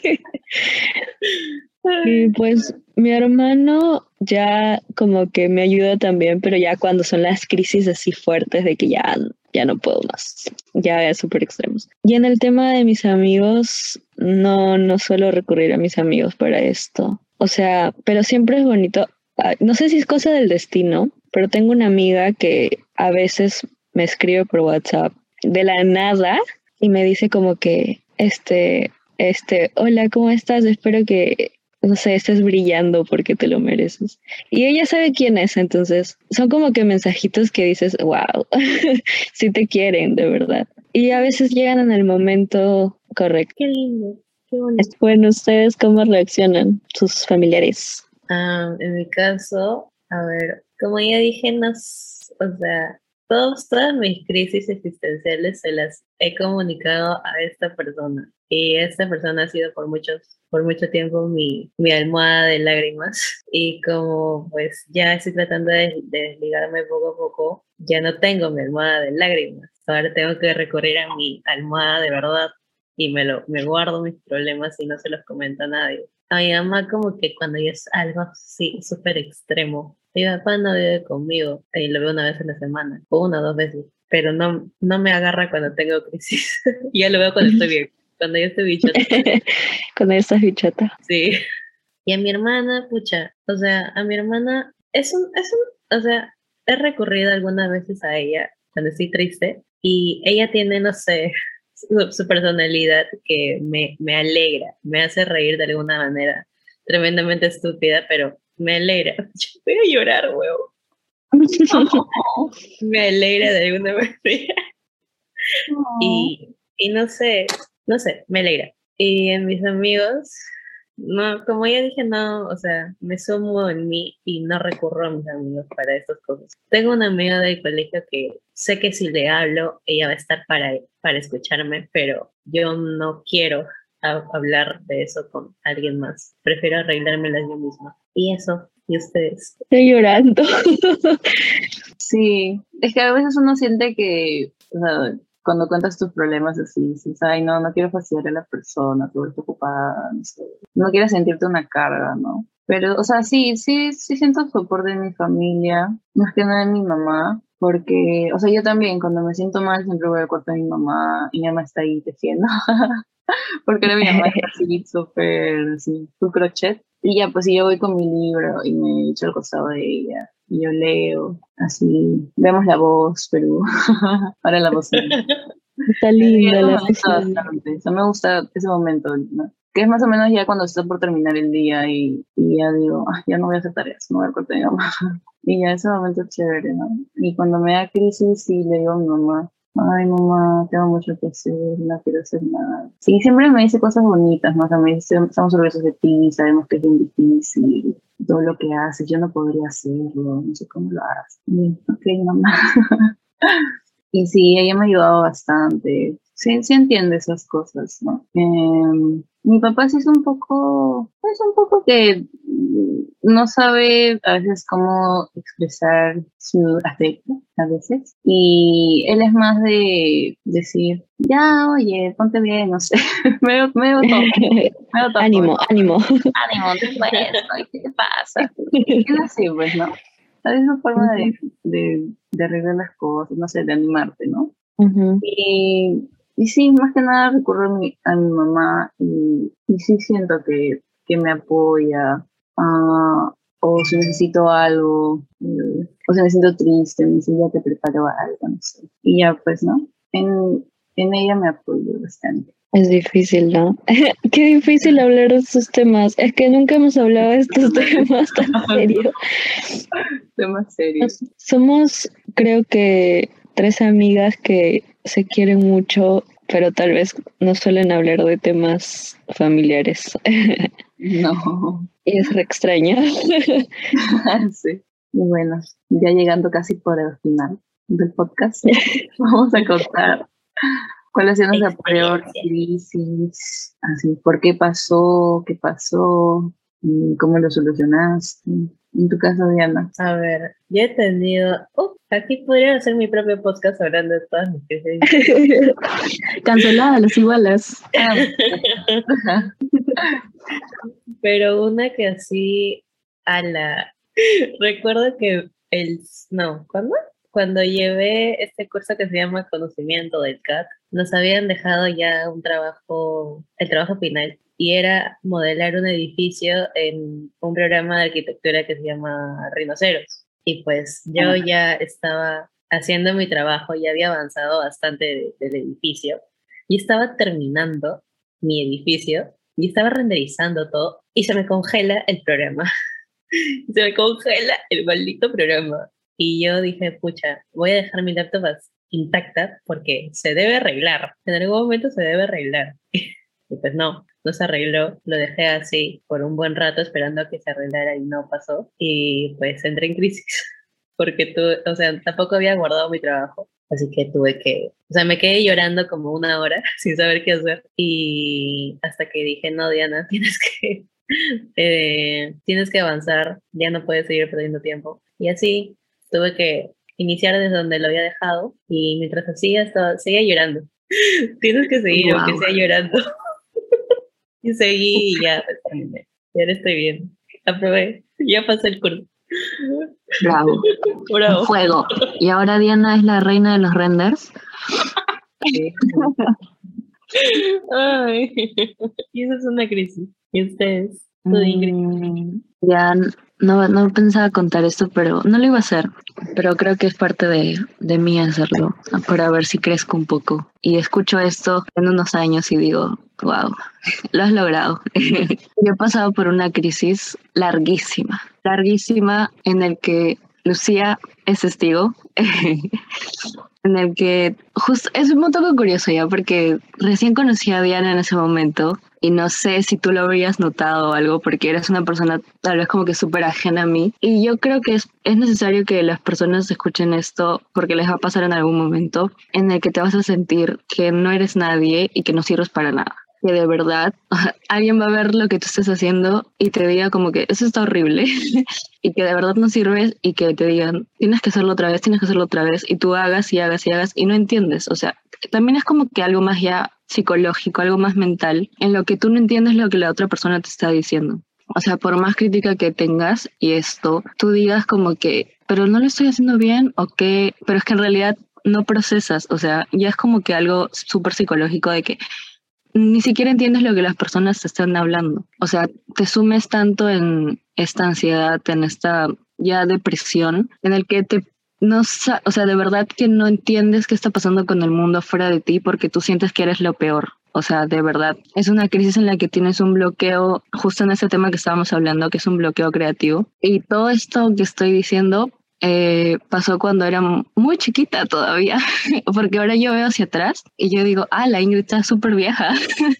Y pues mi hermano ya como que me ayuda también, pero ya cuando son las crisis así fuertes de que ya, ya no puedo más, ya es súper extremos. Y en el tema de mis amigos, no, no suelo recurrir a mis amigos para esto. O sea, pero siempre es bonito. Ah, no sé si es cosa del destino, pero tengo una amiga que a veces me escribe por WhatsApp de la nada y me dice como que, este, este, hola, ¿cómo estás? Espero que, no sé, estés brillando porque te lo mereces. Y ella sabe quién es, entonces son como que mensajitos que dices, wow, sí te quieren, de verdad. Y a veces llegan en el momento correcto. Qué lindo, qué bonito. Bueno, ¿ustedes cómo reaccionan, sus familiares? Ah, en mi caso, a ver, como ya dije, no, s- o sea, todos, todas mis crisis existenciales se las he comunicado a esta persona. Y esta persona ha sido por muchos, por mucho tiempo mi, mi almohada de lágrimas. Y como pues ya estoy tratando de, de desligarme poco a poco, ya no tengo mi almohada de lágrimas. Ahora tengo que recurrir a mi almohada de verdad y me lo, me guardo mis problemas y no se los comento a nadie. A mi mamá como que cuando ya es algo así súper extremo, mi papá no vive conmigo y lo veo una vez a la semana, o una o dos veces, pero no, no me agarra cuando tengo crisis. Ya lo veo cuando estoy bien, cuando yo estoy bichota. Con esa bichota. Sí. Y a mi hermana, pucha, o sea, a mi hermana es un, es un, o sea, he recurrido algunas veces a ella cuando estoy triste y ella tiene, no sé, su, su personalidad que me, me alegra, me hace reír de alguna manera tremendamente estúpida, pero me alegra. Yo voy a llorar, huevo. Me alegra de alguna manera. Y, y no sé, no sé, me alegra. Y en mis amigos, no, como ya dije, no, o sea, me sumo en mí y no recurro a mis amigos para estas cosas. Tengo una amiga del colegio que sé que si le hablo, ella va a estar para, para escucharme, pero yo no quiero a- hablar de eso con alguien más. Prefiero arreglármelas yo misma. Y eso, y ustedes. Estoy llorando. Sí, es que a veces uno siente que, o sea, cuando cuentas tus problemas así, dices, ay, no, no quiero fastidiar a la persona, te vuelves ocupada, no sé, no quieres sentirte una carga, ¿no? Pero, o sea, sí, sí, sí siento soporte de mi familia, más que nada de mi mamá, porque, o sea, yo también, cuando me siento mal, siempre voy al cuarto de mi mamá y mi mamá está ahí tejiendo, porque ahora mi mamá está así, súper, así, su crochet. Y ya, pues, si yo voy con mi libro y me echo al costado de ella, y yo leo, así, vemos La Voz, Perú, ahora La Voz. Sí, Está eso linda me la gusta piscina. bastante, eso me gusta ese momento, ¿no? Que es más o menos ya cuando está por terminar el día y, y ya digo, ah, ya no voy a hacer tareas, no voy a cortar a mi mamá. Y ya ese momento es chévere, ¿no? Y cuando me da crisis, sí le digo a mi mamá, ay mamá, tengo mucho que hacer, no quiero hacer nada. Sí, siempre me dice cosas bonitas, ¿no? O sea, me dice, estamos orgullosos de ti, sabemos que es bien difícil, todo lo que haces, yo no podría hacerlo, no sé cómo lo haces. Y, ok, mamá. Y sí, ella me ha ayudado bastante. Sí, sí entiende esas cosas, ¿no? Eh, mi papá sí es un poco, es un poco que mm, no sabe a veces cómo expresar su afecto, a veces. Y él es más de decir, ya, oye, ponte bien, no sé, medio, medio tonto, medio tonto. Ánimo, ánimo. Ánimo, te puedes, ¿no? ¿Qué te pasa? Es así, pues, ¿no? Es una forma de, de, de arreglar las cosas, no sé, de animarte, ¿no? Ujú. Y, y sí, más que nada recurro a mi, a mi mamá y, y sí siento que, que me apoya. ah, o si necesito algo, eh, o si me siento triste, me dice, ya te preparo algo, no sé. Y ya, pues, ¿no? En, en ella me apoyo bastante. Es difícil, ¿no? Qué difícil hablar de estos temas. Es que nunca hemos hablado de estos temas tan serio. Temas serios. Somos, creo que, tres amigas que se quieren mucho, pero tal vez no suelen hablar de temas familiares. No. Y es re extraño. Sí. Y bueno, ya llegando casi por el final del podcast, vamos a contar cuál ha sido nuestra peor Experiencia. crisis, así, por qué pasó, qué pasó, y cómo lo solucionaste. En tu caso, Diana. A ver, yo he tenido, uh, aquí podría hacer mi propio podcast hablando de todas mis crisis. Cancelada, las igualas. Ah, Pero una que así a la... Recuerdo que el... No, ¿cuándo? Cuando llevé este curso que se llama Conocimiento del C A T, nos habían dejado ya un trabajo, el trabajo final, y era modelar un edificio en un programa de arquitectura que se llama Rinoceros. Y pues yo ya estaba haciendo mi trabajo, ya había avanzado bastante de- del edificio y estaba terminando mi edificio y estaba renderizando todo y se me congela el programa. Se me congela el maldito programa. Y yo dije, pucha, voy a dejar mi laptop as- intacta porque se debe arreglar. En algún momento se debe arreglar. Y pues no, no se arregló. Lo dejé así por un buen rato esperando a que se arreglara y no pasó. Y pues entré en crisis porque tuve, o sea, tampoco había guardado mi trabajo. Así que tuve que, o sea, me quedé llorando como una hora sin saber qué hacer. Y hasta que dije, no, Diana, tienes que eh, tienes que avanzar, ya no puedes seguir perdiendo tiempo. Y así tuve que iniciar desde donde lo había dejado y mientras hacía, estaba, seguía llorando. Tienes que seguir, aunque Wow. sea llorando. Y seguí y ya pues, terminé. Y ahora estoy bien. Aprobé. Ya pasé el curso. Bravo. Bravo. Fuego. Y ahora Diana es la reina de los renders. Ay. Y eso es una crisis. Y ustedes, tú, Ingrid. Mm, ya n- no, no pensaba contar esto, pero no lo iba a hacer. Pero creo que es parte de, de mí hacerlo, para ver si crezco un poco. Y escucho esto en unos años y digo, wow, lo has logrado. Yo he pasado por una crisis larguísima, larguísima en el que Lucía es testigo. En el que justo es un poco curioso ya porque recién conocí a Diana en ese momento y no sé si tú lo habrías notado o algo porque eres una persona tal vez como que súper ajena a mí y yo creo que es, es necesario que las personas escuchen esto porque les va a pasar en algún momento en el que te vas a sentir que no eres nadie y que no sirves para nada. Que de verdad alguien va a ver lo que tú estés haciendo y te diga como que eso está horrible y que de verdad no sirves y que te digan tienes que hacerlo otra vez, tienes que hacerlo otra vez y tú hagas y hagas y hagas y no entiendes. O sea, también es como que algo más ya psicológico, algo más mental, en lo que tú no entiendes lo que la otra persona te está diciendo. O sea, por más crítica que tengas y esto, tú digas como que, pero no lo estoy haciendo bien o qué, pero es que en realidad no procesas. O sea, ya es como que algo súper psicológico de que ni siquiera entiendes lo que las personas te están hablando. O sea, te sumes tanto en esta ansiedad, en esta ya depresión, en el que te no, sa- o sea, de verdad que no entiendes qué está pasando con el mundo afuera de ti porque tú sientes que eres lo peor. O sea, de verdad, es una crisis en la que tienes un bloqueo, justo en ese tema que estábamos hablando, que es un bloqueo creativo. Y todo esto que estoy diciendo eh, pasó cuando era muy chiquita todavía, porque ahora yo veo hacia atrás y yo digo, ah, la Ingrid está súper vieja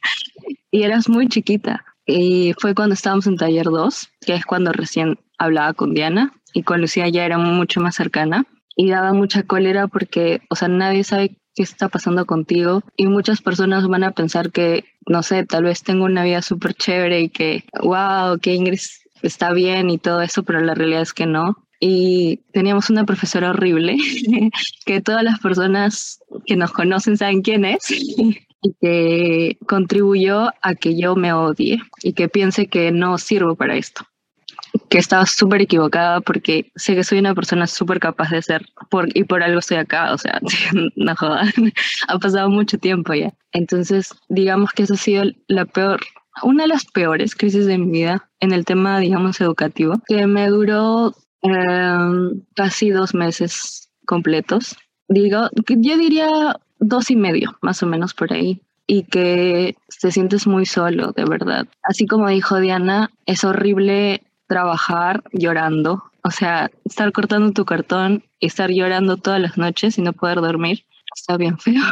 y eras muy chiquita. Y fue cuando estábamos en taller dos, que es cuando recién hablaba con Diana y con Lucía ya era mucho más cercana y daba mucha cólera porque, o sea, nadie sabe qué está pasando contigo y muchas personas van a pensar que, no sé, tal vez tengo una vida súper chévere y que, wow, que Ingrid está bien y todo eso, pero la realidad es que no. Y teníamos una profesora horrible que todas las personas que nos conocen saben quién es y que contribuyó a que yo me odie y que piense que no sirvo para esto, que estaba súper equivocada porque sé que soy una persona súper capaz de ser por, y por algo estoy acá, o sea, no jodan, ha pasado mucho tiempo ya. Entonces, digamos que esa ha sido la peor, una de las peores crisis de mi vida en el tema, digamos, educativo, que me duró eh, casi dos meses completos. Digo, yo diría dos y medio, más o menos por ahí. Y que te sientes muy solo, de verdad. Así como dijo Diana, es horrible trabajar llorando. O sea, estar cortando tu cartón y estar llorando todas las noches y no poder dormir. Está bien feo.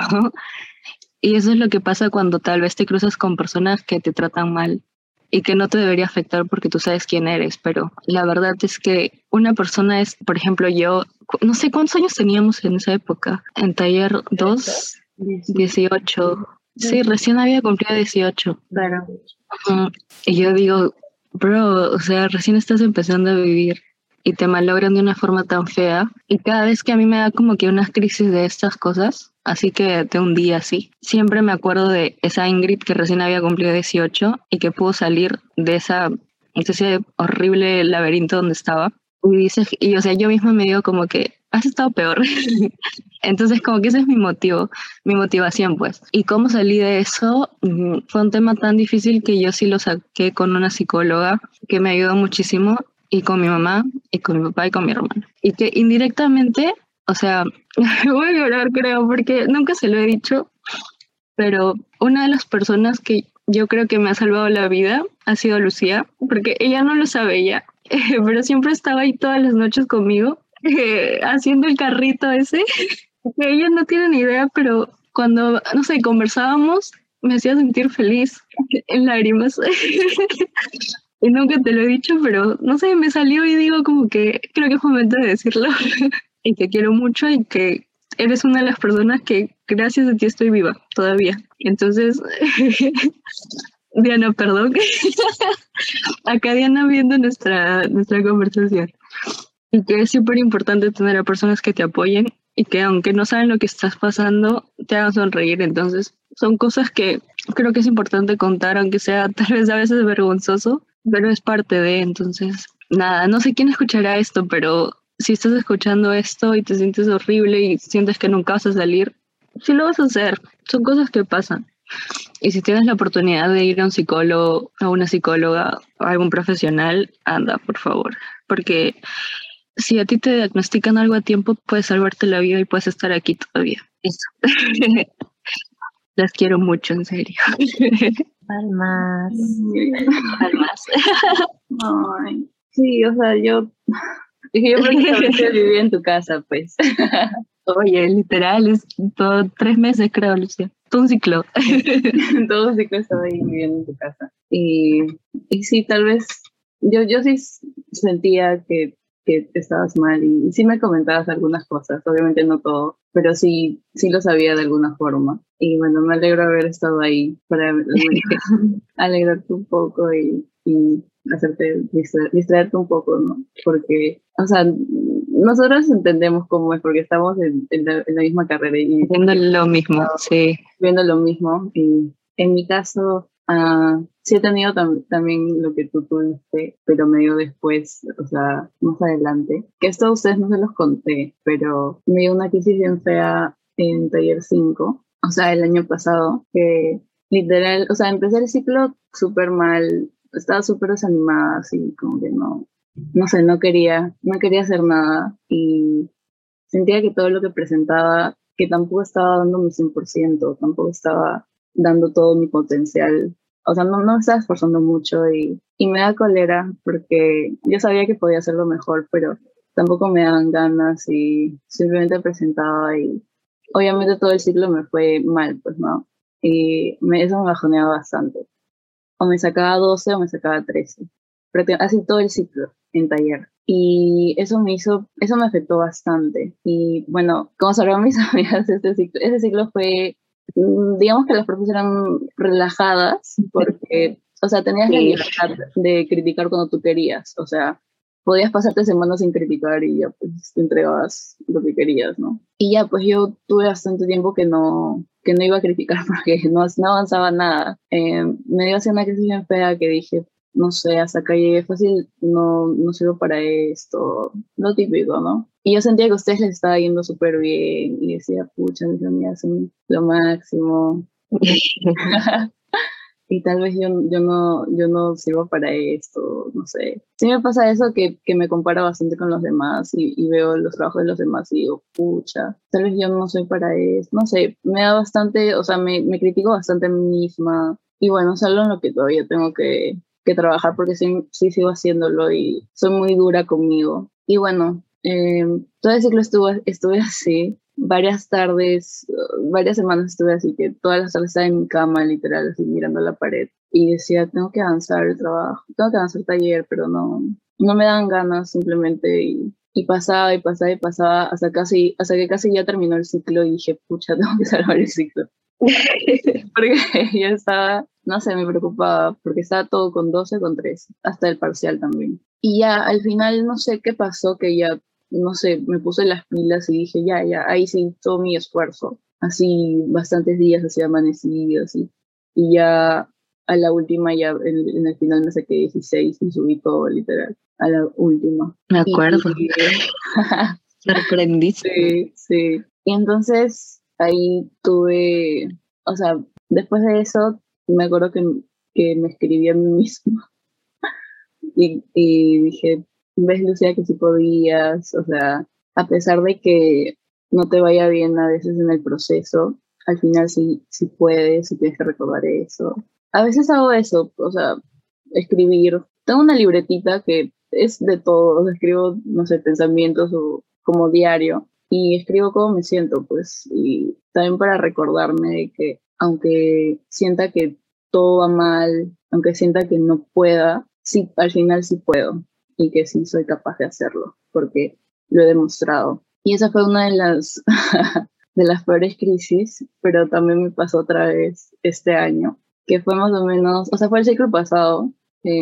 Y eso es lo que pasa cuando tal vez te cruzas con personas que te tratan mal y que no te debería afectar porque tú sabes quién eres, pero la verdad es que una persona es, por ejemplo, yo, no sé cuántos años teníamos en esa época, en taller dos, dieciocho, sí, recién había cumplido dieciocho. Claro. Ujú. Y yo digo, bro, o sea, recién estás empezando a vivir y te malogran de una forma tan fea. Y cada vez que a mí me da como que unas crisis de estas cosas, así que de un día así, siempre me acuerdo de esa Ingrid que recién había cumplido dieciocho y que pudo salir de esa, de ese horrible laberinto donde estaba. Y dices, y o sea, yo misma me digo como que has estado peor. Entonces como que ese es mi motivo, mi motivación pues. Y cómo salí de eso mm, fue un tema tan difícil que yo sí lo saqué con una psicóloga que me ayudó muchísimo y con mi mamá y con mi papá y con mi hermano. Y que indirectamente, o sea, voy a llorar creo, porque nunca se lo he dicho, pero una de las personas que yo creo que me ha salvado la vida ha sido Lucía, porque ella no lo sabe ya, pero siempre estaba ahí todas las noches conmigo, eh, haciendo el carrito ese, que ella no tiene ni idea, pero cuando, no sé, conversábamos, me hacía sentir feliz, en lágrimas. Y nunca te lo he dicho, pero no sé, me salió y digo como que creo que es momento de decirlo. Y te quiero mucho y que eres una de las personas que gracias a ti estoy viva todavía. Entonces, Diana, perdón. Acá Diana viendo nuestra, nuestra conversación. Y que es súper importante tener a personas que te apoyen y que aunque no saben lo que estás pasando, te hagan sonreír. Entonces, son cosas que creo que es importante contar, aunque sea tal vez a veces vergonzoso, pero es parte de, entonces, nada, no sé quién escuchará esto, pero si estás escuchando esto y te sientes horrible y sientes que nunca vas a salir, sí lo vas a hacer, son cosas que pasan. Y si tienes la oportunidad de ir a un psicólogo, a una psicóloga, a algún profesional, anda, por favor, porque si a ti te diagnostican algo a tiempo, puedes salvarte la vida y puedes estar aquí todavía. Eso. Las quiero mucho, en serio. Palmas. Palmas. Ay, sí, o sea, yo, yo prácticamente vivía en tu casa, pues. Oye, literal, es todo tres meses, creo, Lucía. Todo un ciclo. Todo sí que estaba ahí viviendo en tu casa. Y, y sí, tal vez, yo, yo sí sentía que, que estabas mal y, y sí me comentabas algunas cosas, obviamente no todo, pero sí, sí lo sabía de alguna forma. Y bueno, me alegro haber estado ahí para alegrarte un poco y, y hacerte distra- distraerte un poco, ¿no? Porque, o sea, nosotros entendemos cómo es, porque estamos en, en, la, en la misma carrera y viendo lo mismo, sí. Viendo lo mismo. Y en mi caso, uh, sí he tenido tam- también lo que tú tuviste, pero medio después, o sea, más adelante. Que esto a ustedes no se los conté, pero me dio una crisis bien fea en taller cinco, o sea, el año pasado, que literal, o sea, empecé el ciclo súper mal, estaba súper desanimada, así como que no, no sé, no quería, no quería hacer nada y sentía que todo lo que presentaba, que tampoco estaba dando mi cien por ciento, tampoco estaba dando todo mi potencial, o sea, no, no me estaba esforzando mucho y, y me da cólera porque yo sabía que podía hacerlo mejor, pero tampoco me daban ganas y simplemente presentaba y obviamente todo el ciclo me fue mal, pues, ¿no? Y me, eso me bajoneaba bastante. O me sacaba doce o me sacaba trece. Pero así todo el ciclo en taller. Y eso me hizo, eso me afectó bastante. Y bueno, como sabrán mis amigas, este ciclo, ese ciclo fue, digamos que las profes eran relajadas porque, o sea, tenías la libertad de criticar cuando tú querías. O sea, podías pasarte semanas sin criticar y ya pues te entregabas lo que querías, ¿no? Y ya pues yo tuve bastante tiempo que no, que no iba a criticar porque no, no avanzaba nada. Eh, me dio así una crisis bien fea que dije, no sé, hasta acá llegué fácil, no, no sirvo para esto, lo típico, ¿no? Y yo sentía que a ustedes les estaba yendo súper bien y decía, pucha, mis amigas son lo máximo. Y tal vez yo, yo, no, yo no sirvo para esto, no sé. Sí me pasa eso que, que me comparo bastante con los demás y, y veo los trabajos de los demás y digo, pucha, tal vez yo no soy para esto, no sé, me da bastante, o sea, me, me critico bastante a mí misma y bueno, es algo en lo que todavía tengo que, que trabajar porque sí, sí sigo haciéndolo y soy muy dura conmigo. Y bueno, eh, todo el ciclo estuve, estuve así varias tardes, uh, varias semanas estuve así que todas las tardes estaba en mi cama, literal, así mirando la pared. Y decía, tengo que avanzar el trabajo, tengo que avanzar el taller, pero no, no me dan ganas simplemente. Y, y pasaba y pasaba y pasaba hasta, casi, hasta que casi ya terminó el ciclo y dije, pucha, tengo que salvar el ciclo. Porque ya estaba, no sé, me preocupaba, porque estaba todo con doce, con trece, hasta el parcial también. Y ya al final no sé qué pasó, que ya no sé, me puse las pilas y dije, ya, ya, ahí sí todo mi esfuerzo. Así bastantes días así amanecidos y, y ya a la última, ya en, en el final me saqué dieciséis y subí todo literal, a la última. Me acuerdo. Y, sorprendí. Sí, sí. Y entonces ahí tuve, o sea, después de eso me acuerdo que, que me escribí a mí misma y, y dije, ves, Lucía, que sí podías, o sea, a pesar de que no te vaya bien a veces en el proceso, al final sí, sí puedes, sí tienes que recordar eso. A veces hago eso, o sea, escribir. Tengo una libretita que es de todo, o sea, escribo, no sé, pensamientos o como diario, y escribo cómo me siento, pues, y también para recordarme de que aunque sienta que todo va mal, aunque sienta que no pueda, sí, al final sí puedo, y que sí soy capaz de hacerlo, porque lo he demostrado. Y esa fue una de las, de las peores crisis, pero también me pasó otra vez este año, que fue más o menos, o sea, fue el ciclo pasado,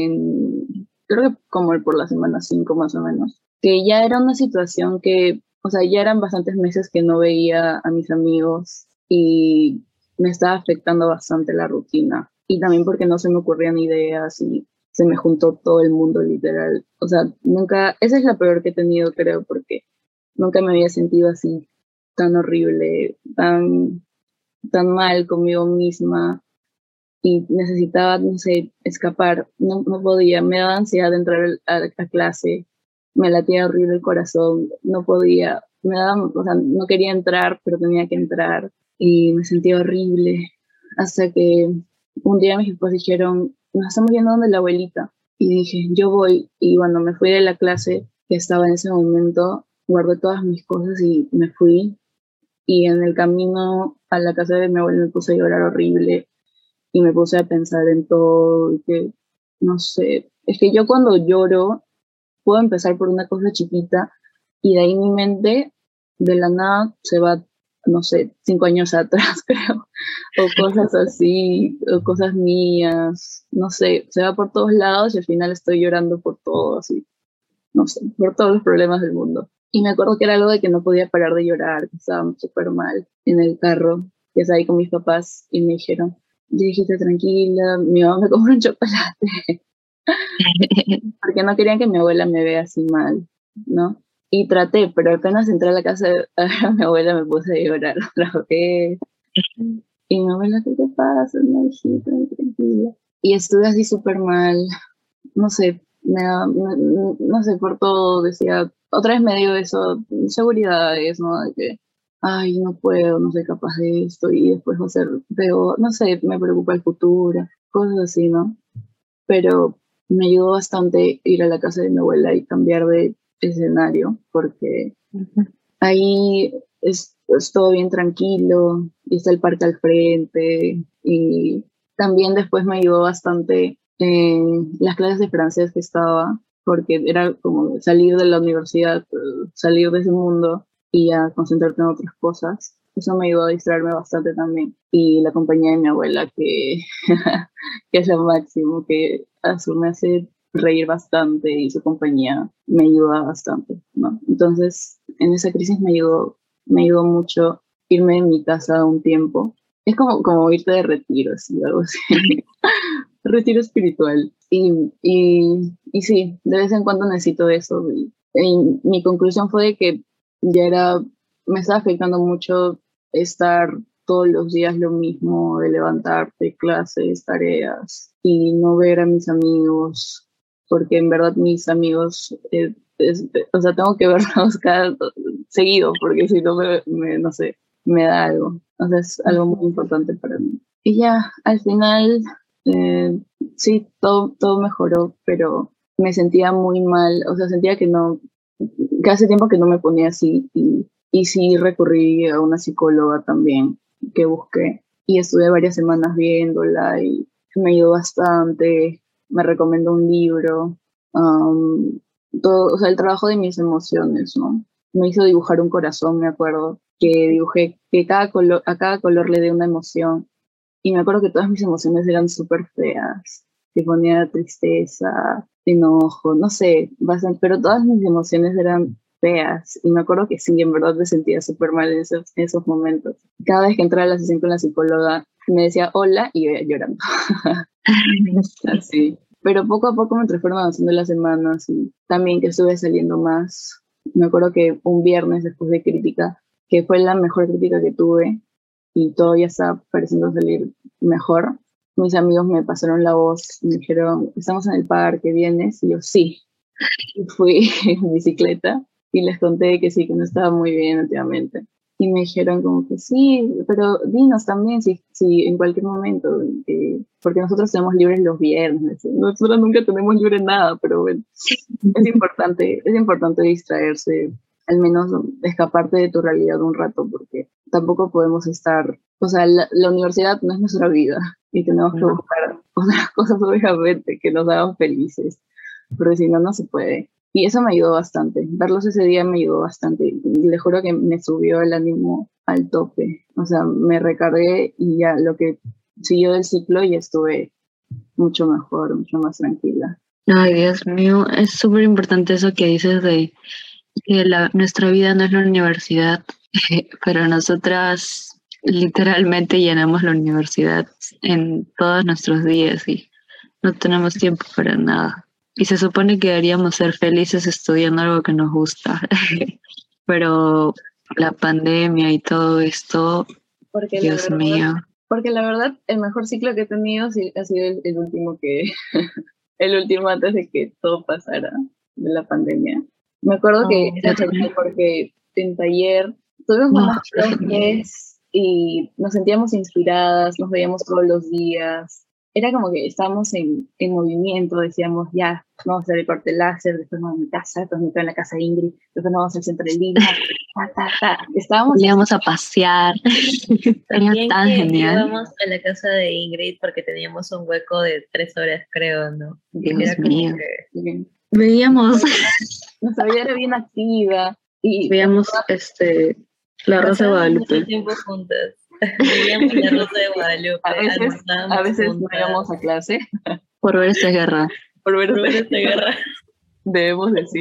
en, creo que como por la semana cinco más o menos, que ya era una situación que, o sea, ya eran bastantes meses que no veía a mis amigos y me estaba afectando bastante la rutina. Y también porque no se me ocurrían ideas y se me juntó todo el mundo literal. O sea, nunca, esa es la peor que he tenido, creo, porque nunca me había sentido así tan horrible, tan, tan mal conmigo misma y necesitaba, no sé, escapar. No, no podía, me daba ansiedad de entrar a, a clase, me latía horrible el corazón, no podía, me daba, o sea, no quería entrar, pero tenía que entrar y me sentía horrible. Hasta que un día mis papás dijeron, nos estamos yendo donde la abuelita. Y dije, yo voy. Y cuando me fui de la clase que estaba en ese momento, guardé todas mis cosas y me fui. Y en el camino a la casa de mi abuela me puse a llorar horrible y me puse a pensar en todo, y que, no sé, es que yo cuando lloro puedo empezar por una cosa chiquita y de ahí mi mente de la nada se va, no sé, cinco años atrás, creo, o cosas así, o cosas mías, no sé, se va por todos lados y al final estoy llorando por todo, así, no sé, por todos los problemas del mundo. Y me acuerdo que era algo de que no podía parar de llorar, que estaba súper mal en el carro, que estaba ahí con mis papás y me dijeron, dijiste tranquila, mi mamá me compró un chocolate, porque no querían que mi abuela me vea así mal, ¿no? Y traté, pero apenas entré a la casa de a ver a mi abuela me puse a llorar otra vez. Y mi abuela, ¿qué te pasa? No, hijita, tranquila. Y estuve así súper mal, no sé, me da- no, no sé, por todo decía, otra vez me dio eso, inseguridades, ¿no? De que, ay, no puedo, no soy capaz de esto, y después va a ser peor, no sé, me preocupa el futuro, cosas así, ¿no? Pero me ayudó bastante ir a la casa de mi abuela y cambiar de escenario, porque ahí es, es todo bien tranquilo, y está el parque al frente, y también después me ayudó bastante en las clases de francés que estaba, porque era como salir de la universidad, eh, salir de ese mundo y a concentrarte en otras cosas. Eso me ayudó a distraerme bastante también. Y la compañía de mi abuela, que, que es lo máximo, que a su me hace reír bastante y su compañía me ayuda bastante, ¿no? Entonces, en esa crisis me ayudó, me ayudó mucho irme de mi casa un tiempo. Es como, como irte de retiro, así, algo así. Retiro espiritual. Y, y, y sí, de vez en cuando necesito eso. Y, y mi conclusión fue de que ya era, me estaba afectando mucho estar todos los días lo mismo, de levantarte, clases, tareas, y no ver a mis amigos, porque en verdad mis amigos, eh, es- o sea, tengo que verlos cada seguido, porque si no me, me, no sé, me da algo. O sea, es algo muy importante para mí. Y ya, al final, eh, sí, todo, todo mejoró, pero me sentía muy mal, o sea, sentía que no, que hace tiempo que no me ponía así, y, y sí recurrí a una psicóloga también que busqué, y estuve varias semanas viéndola y me ayudó bastante, me recomendó un libro, um, todo, o sea, el trabajo de mis emociones, ¿no? Me hizo dibujar un corazón, me acuerdo, que dibujé que cada color, a cada color le dé una emoción, y me acuerdo que todas mis emociones eran súper feas, que ponía tristeza, enojo, no sé, bastante, pero todas mis emociones eran feas, y me acuerdo que sí, en verdad me sentía súper mal en esos, en esos momentos. Cada vez que entraba a la sesión con la psicóloga, me decía hola y yo iba llorando. Así. Pero poco a poco me fueron avanzando las semanas y también que estuve saliendo más. Me acuerdo que un viernes después de crítica, que fue la mejor crítica que tuve y todo ya estaba pareciendo salir mejor, mis amigos me pasaron la voz, me dijeron, estamos en el parque, ¿vienes? Y yo, sí. Y fui en bicicleta y les conté que sí, que no estaba muy bien últimamente. y me dijeron como que sí, pero dinos también si, si en cualquier momento, eh, porque nosotros tenemos libres los viernes, nosotros nunca tenemos libre nada, pero bueno, es importante, es importante distraerse, al menos escaparte de tu realidad un rato, porque tampoco podemos estar, o sea, la, la universidad no es nuestra vida y tenemos que buscar otras cosas obviamente que nos hagan felices, porque si no, no se puede. Y eso me ayudó bastante. Verlos ese día me ayudó bastante. Le juro que me subió el ánimo al tope. O sea, me recargué y ya lo que siguió del ciclo ya estuve mucho mejor, mucho más tranquila. Ay, Dios mío, es súper importante eso que dices de que la, nuestra vida no es la universidad, pero nosotras literalmente llenamos la universidad en todos nuestros días y no tenemos tiempo para nada. Y se supone que deberíamos ser felices estudiando algo que nos gusta. Pero la pandemia y todo esto, porque Dios verdad, mío. Porque la verdad, el mejor ciclo que he tenido ha sido el, el último que, el último antes de que todo pasara de la pandemia. Me acuerdo oh, que era genial porque en taller tuvimos buenos profes y nos sentíamos inspiradas, nos veíamos todos los días. Era como que estábamos en, en movimiento, decíamos, ya, vamos a hacer el corte láser, después nos vamos a mi casa, después nos vamos a la casa de Ingrid, después nos vamos al centro de Lima, ta, ta, ta. Estábamos... Íbamos a pasear, era tan genial. Íbamos a la casa de Ingrid porque teníamos un hueco de tres horas, creo, ¿no? Dios era mío. Que... Veíamos... Nuestra vida era bien activa. Y veíamos este, la Rosa de Guadalupe. Mucho tiempo juntas. Veíamos la Rosa de Guadalupe. A veces, a veces no íbamos a clase. Por ver esta guerra. Por ver, Por ver esta guerra. Debemos decir.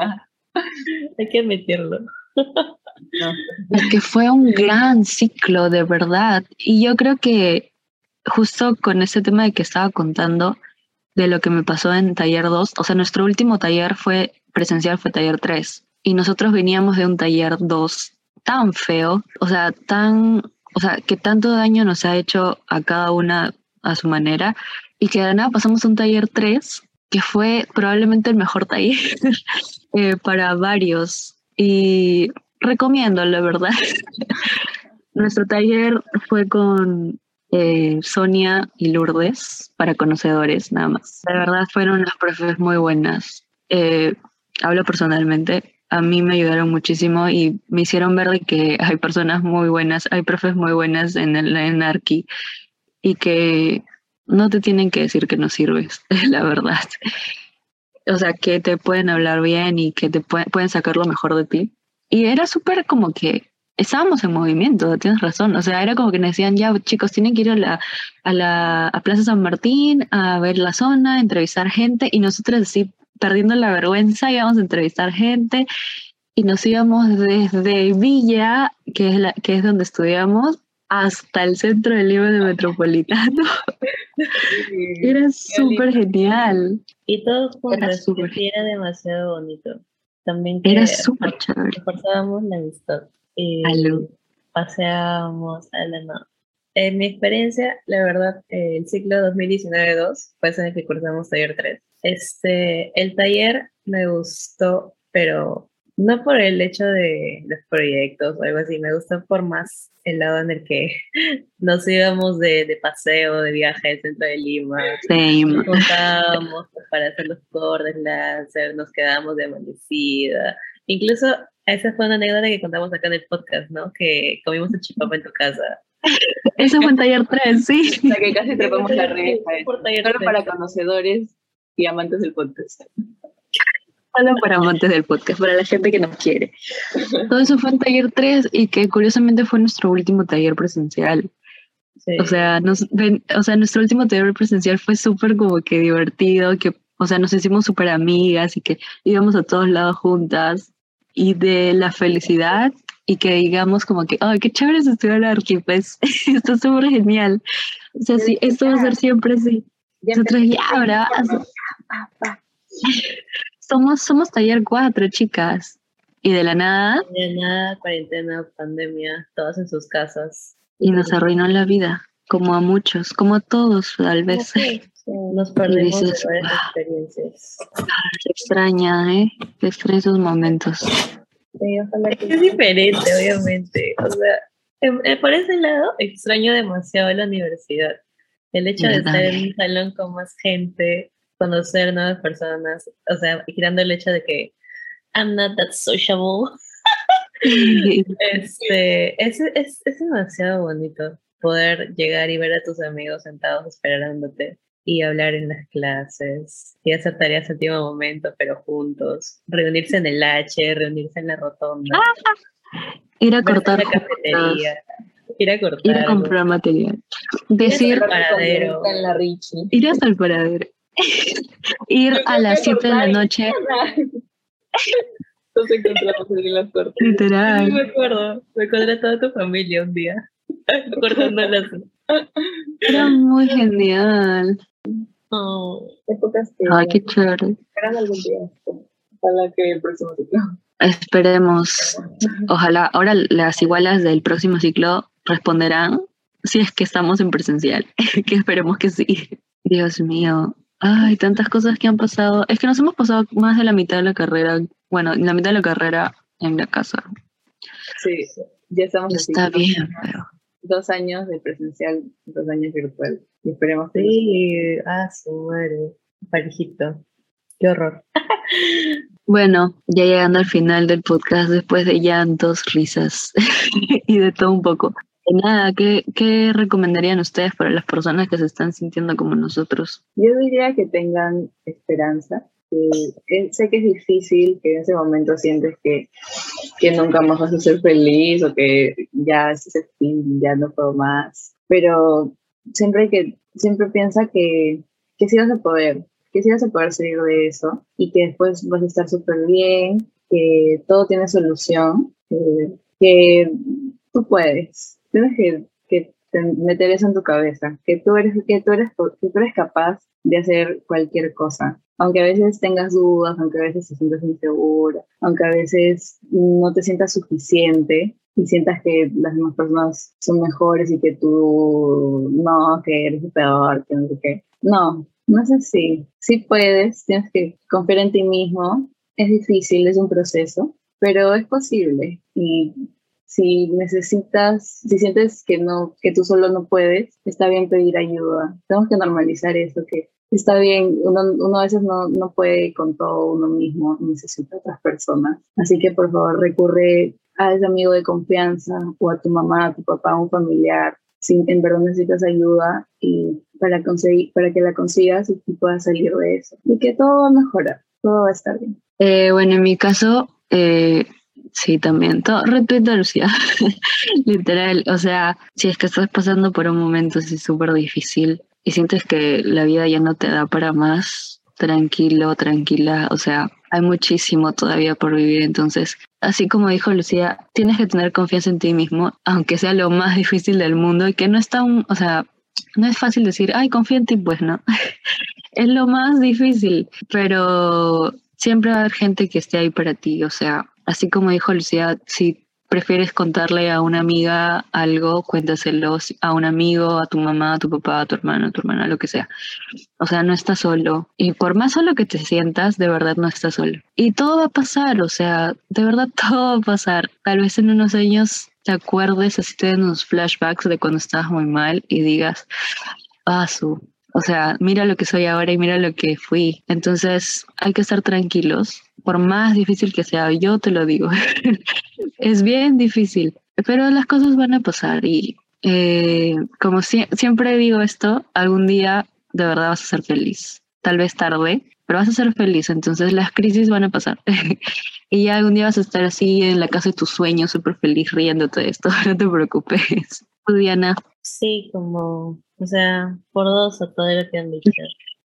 Hay que admitirlo. No. Es que fue un gran ciclo, de verdad. Y yo creo que justo con ese tema de que estaba contando, de lo que me pasó en taller dos, o sea, nuestro último taller fue presencial, fue taller tres. Y nosotros veníamos de un taller dos tan feo, o sea, tan... O sea, que tanto daño nos ha hecho a cada una a su manera y que de nada pasamos a un taller tres, que fue probablemente el mejor taller eh, para varios. Y recomiendo, la verdad. Nuestro taller fue con eh, Sonia y Lourdes, para conocedores nada más. La verdad fueron las profes muy buenas. Eh, hablo personalmente. A mí me ayudaron muchísimo y me hicieron ver de que hay personas muy buenas, hay profes muy buenas en el en Arqui y que no te tienen que decir que no sirves, la verdad. O sea, que te pueden hablar bien y que te pueden, pueden sacar lo mejor de ti. Y era súper como que estábamos en movimiento, tienes razón. O sea, era como que nos decían, ya chicos, tienen que ir a la, a la a Plaza San Martín a ver la zona, a entrevistar gente y nosotros sí, perdiendo la vergüenza, íbamos a entrevistar gente y nos íbamos desde Villa, que es, la, que es donde estudiamos, hasta el centro del Lima de Metropolitano. Sí, era súper genial. Y todos juntos, era, super... sí, era demasiado bonito. También que era súper chévere. Reforzábamos la amistad y Aló. paseábamos a la no. En mi experiencia, la verdad, eh, el ciclo dos mil diecinueve dos fue en el que cursamos taller tres. Este, el taller me gustó, pero no por el hecho de los proyectos o algo así, me gustó por más el lado en el que nos íbamos de, de paseo, de viaje al centro de Lima. Sí. Nos juntábamos para hacer los cordes láser, nos quedábamos de amanecida. Incluso esa fue una anécdota que contamos acá en el podcast, ¿no? Que comimos el chipapa en tu casa. Eso fue en taller tres, sí. O sea, que casi trepamos la red. Solo para conocedores y amantes del podcast. Solo para amantes del podcast, para la gente que nos quiere. Todo eso fue en taller tres y que curiosamente fue nuestro último taller presencial. Sí. O sea, nos, o sea, nuestro último taller presencial fue súper como que divertido, que, o sea, nos hicimos súper amigas y que íbamos a todos lados juntas y de la felicidad y que digamos como que, ay, qué chévere es estudiar Arqui, pues, está súper genial. O sea, sí, esto va a ser siempre así. Nosotros ya, ahora somos, somos taller cuatro, chicas. Y de la nada... De la nada, cuarentena, pandemia, todas en sus casas. Y nos arruinó la vida, como a muchos, como a todos, tal vez. Sí, sí, nos perdimos dices, de varias experiencias. Se extraña, ¿eh? Se extraña esos momentos. Sí, ojalá Es que que es diferente, obviamente. O sea, em- eh, por ese lado, extraño demasiado la universidad. El hecho de Yo estar en también. un salón con más gente, conocer nuevas personas, o sea, y quitando el hecho de que I'm not that sociable. Este, es, es, es demasiado bonito poder llegar y ver a tus amigos sentados esperándote y hablar en las clases y hacer tareas a último momento, pero juntos, reunirse en el H, reunirse en la rotonda, Ir a verse en cortar la juntas, cafetería, ir a ir a cortar, comprar material. ir hasta el Decir, con paradero. Bianca en la Richie. ir hasta el paradero. Ir a las siete de la noche, Nos encontramos en las cortes. Sí, literal. me acuerdo, me encontré a toda tu familia un día, cortándolas. Era muy genial. Oh, Épocas que Ay, qué chévere. esperan algún día. Ojalá que el próximo ciclo. Esperemos. Ojalá ahora las igualas del próximo ciclo responderán si es que estamos en presencial, que esperemos que sí. Dios mío. Ay, tantas cosas que han pasado. Es que nos hemos pasado más de la mitad de la carrera, bueno, la mitad de la carrera en la casa. Sí, ya estamos así. Está ¿no? bien, pero... Dos años de presencial, dos años virtual. Y esperemos que sí, ah, su madre, parejito, qué horror. Bueno, ya llegando al final del podcast, después de llantos, risas y de todo un poco. Y nada, ¿qué, qué recomendarían ustedes para las personas que se están sintiendo como nosotros? yo diría que tengan esperanza. Que, eh, sé que es difícil, que en ese momento sientes que, que nunca más vas a ser feliz o que ya es el fin, ya no puedo más. Pero siempre hay que, siempre piensa que, que sí vas a poder, que sí vas a poder salir de eso y que después vas a estar súper bien, que todo tiene solución, eh, que tú puedes. Tienes que, que ten- meter eso en tu cabeza, que tú eres, que tú eres, que tú eres capaz de hacer cualquier cosa. Aunque a veces tengas dudas, aunque a veces te sientas insegura, aunque a veces no te sientas suficiente y sientas que las demás personas son mejores y que tú no, que eres el peor, que no sé qué. No, no es así. Sí puedes, tienes que confiar en ti mismo. Es difícil, es un proceso, pero es posible. Y si necesitas, si sientes que no, que tú solo no puedes, está bien pedir ayuda. Tenemos que normalizar eso, que está bien, uno, uno a veces no, no puede con todo uno mismo, necesita otras personas. Así que por favor recurre a ese amigo de confianza o a tu mamá, a tu papá, a un familiar, si en verdad necesitas ayuda y para, conseguir, para que la consigas y puedas salir de eso. Y que todo va a mejorar, todo va a estar bien. Eh, bueno, en mi caso, eh, sí, también, todo, retweet a Lucía, literal, o sea, si es que estás pasando por un momento así súper difícil y sientes que la vida ya no te da para más, tranquilo, tranquila, o sea, hay muchísimo todavía por vivir, entonces, así como dijo Lucía, tienes que tener confianza en ti mismo, aunque sea lo más difícil del mundo y que no es tan, o sea, no es fácil decir, ay, confía en ti, pues no, es lo más difícil, pero siempre va a haber gente que esté ahí para ti, o sea, así como dijo Lucía, si prefieres contarle a una amiga algo, cuéntaselo a un amigo, a tu mamá, a tu papá, a tu hermano, a tu hermana, lo que sea. O sea, no estás solo. Y por más solo que te sientas, de verdad no estás solo. Y todo va a pasar, o sea, de verdad todo va a pasar. Tal vez en unos años te acuerdes, así te den unos flashbacks de cuando estabas muy mal y digas, ah, su... O sea, mira lo que soy ahora y mira lo que fui. Entonces hay que estar tranquilos, por más difícil que sea, yo te lo digo. Es bien difícil, pero las cosas van a pasar y eh, como si- siempre digo esto, algún día de verdad vas a ser feliz. Tal vez tarde, pero vas a ser feliz. Entonces las crisis van a pasar. Y ya algún día vas a estar así en la casa de tus sueños, súper feliz, riéndote de esto. No te preocupes. Tú, Diana. Sí, como, o sea, por dos a todo lo que han dicho.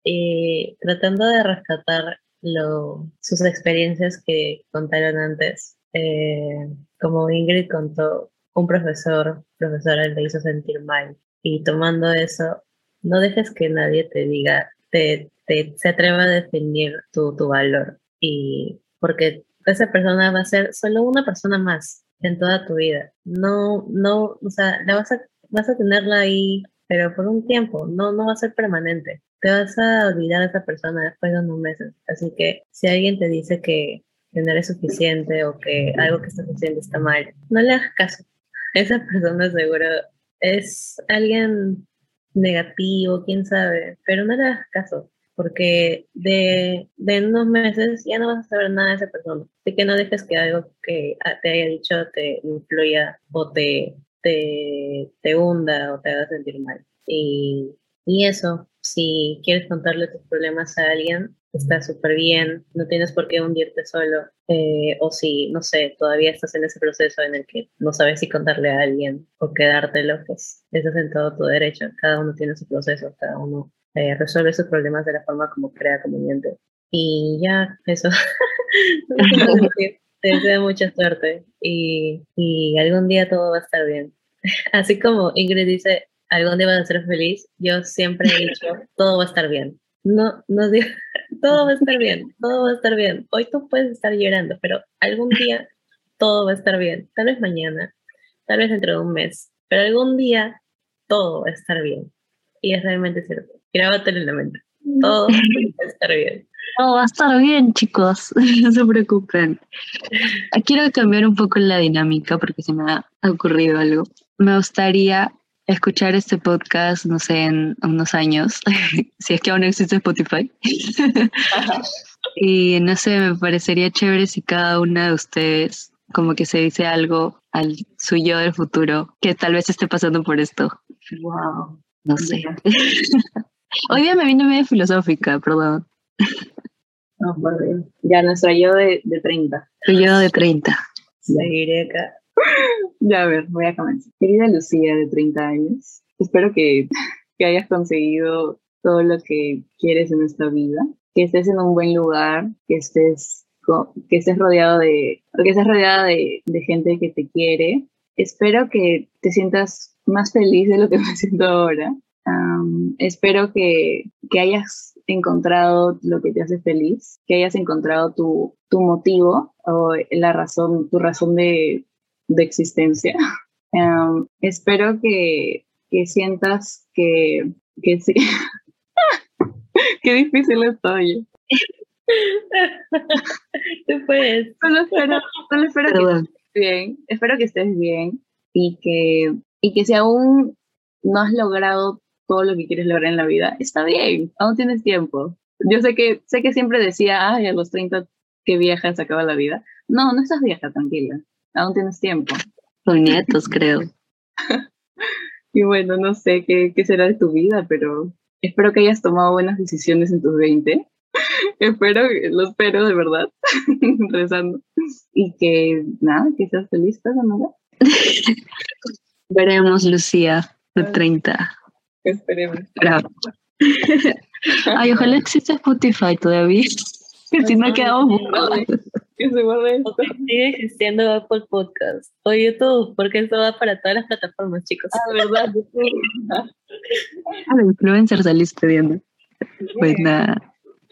Y tratando de rescatar lo, sus experiencias que contaron antes. Eh, como Ingrid contó, un profesor, profesora le hizo sentir mal. Y tomando eso, no dejes que nadie te diga, te, te se atreva a definir tu, tu valor. Y porque esa persona va a ser solo una persona más en toda tu vida. No, no, o sea, la vas a, vas a tenerla ahí, pero por un tiempo, no, no va a ser permanente. Te vas a olvidar de esa persona después de unos meses. Así que si alguien te dice que que no eres suficiente o que algo que estás haciendo está mal, no le hagas caso. Esa persona seguro es alguien negativo, quién sabe, pero no le hagas caso, porque de, de unos meses ya no vas a saber nada de esa persona. Así que no dejes que algo que te haya dicho te influya o te, te, te hunda o te haga sentir mal. Y, y eso, si quieres contarle tus problemas a alguien, está súper bien, no tienes por qué hundirte solo. Eh, o si, no sé, todavía estás en ese proceso en el que no sabes si contarle a alguien o quedártelo, pues estás en todo tu derecho. Cada uno tiene su proceso, cada uno eh, resuelve sus problemas de la forma como crea conveniente. Y ya, eso. Te deseo mucha suerte y, y algún día todo va a estar bien. Así como Ingrid dice, algún día vas a ser feliz, yo siempre he dicho, todo va a estar bien. No, no digo, todo va a estar bien, todo va a estar bien. Hoy tú puedes estar llorando, pero algún día todo va a estar bien. Tal vez mañana, tal vez dentro de un mes, pero algún día todo va a estar bien. Y es realmente cierto. Grábatelo en la mente. Todo va a estar bien. Todo va a estar bien, chicos. No se preocupen. Quiero cambiar un poco la dinámica porque se me ha ocurrido algo. Me gustaría escuchar este podcast, no sé, en unos años, si es que aún existe Spotify. Y no sé, me parecería chévere si cada una de ustedes como que se dice algo al su yo del futuro que tal vez esté pasando por esto. Wow. No sé. Hoy día me vine medio filosófica, perdón. No, por Dios. Ya, nuestra yo de, de treinta. Tu yo de treinta. Seguiré acá. Ya, a ver, voy a comenzar. Querida Lucía, de treinta años, espero que, que hayas conseguido todo lo que quieres en esta vida, que estés en un buen lugar, que estés, que estés rodeado de, que estés rodeada de, de gente que te quiere. Espero que te sientas más feliz de lo que me siento ahora. Um, espero que, que hayas encontrado lo que te hace feliz, que hayas encontrado tu, tu motivo o la razón, tu razón de, de existencia. Um, espero que, que sientas que, que sí. Qué difícil estoy. Tú puedes. Solo espero, solo espero que estés bien. Espero que estés bien y que, y que si aún no has logrado todo lo que quieres lograr en la vida, está bien, aún tienes tiempo. Yo sé que, sé que siempre decía, ay, a los treinta, qué vieja se acaba la vida. No, no estás vieja, tranquila, aún tienes tiempo. Con nietos, creo. Y bueno, no sé qué, qué será de tu vida, pero espero que hayas tomado buenas decisiones en tus veinte. espero, lo espero de verdad, rezando. Y que, nada, que seas feliz, ¿no? Veremos, Lucía, de treinta. Esperemos. Bravo. Ay, ojalá exista Spotify todavía. Si no quedamos que se guarde esto. Sigue existiendo Apple Podcast o YouTube, porque esto va para todas las plataformas, chicos. Ah, verdad. A la influencer saliste viendo. Pues nada.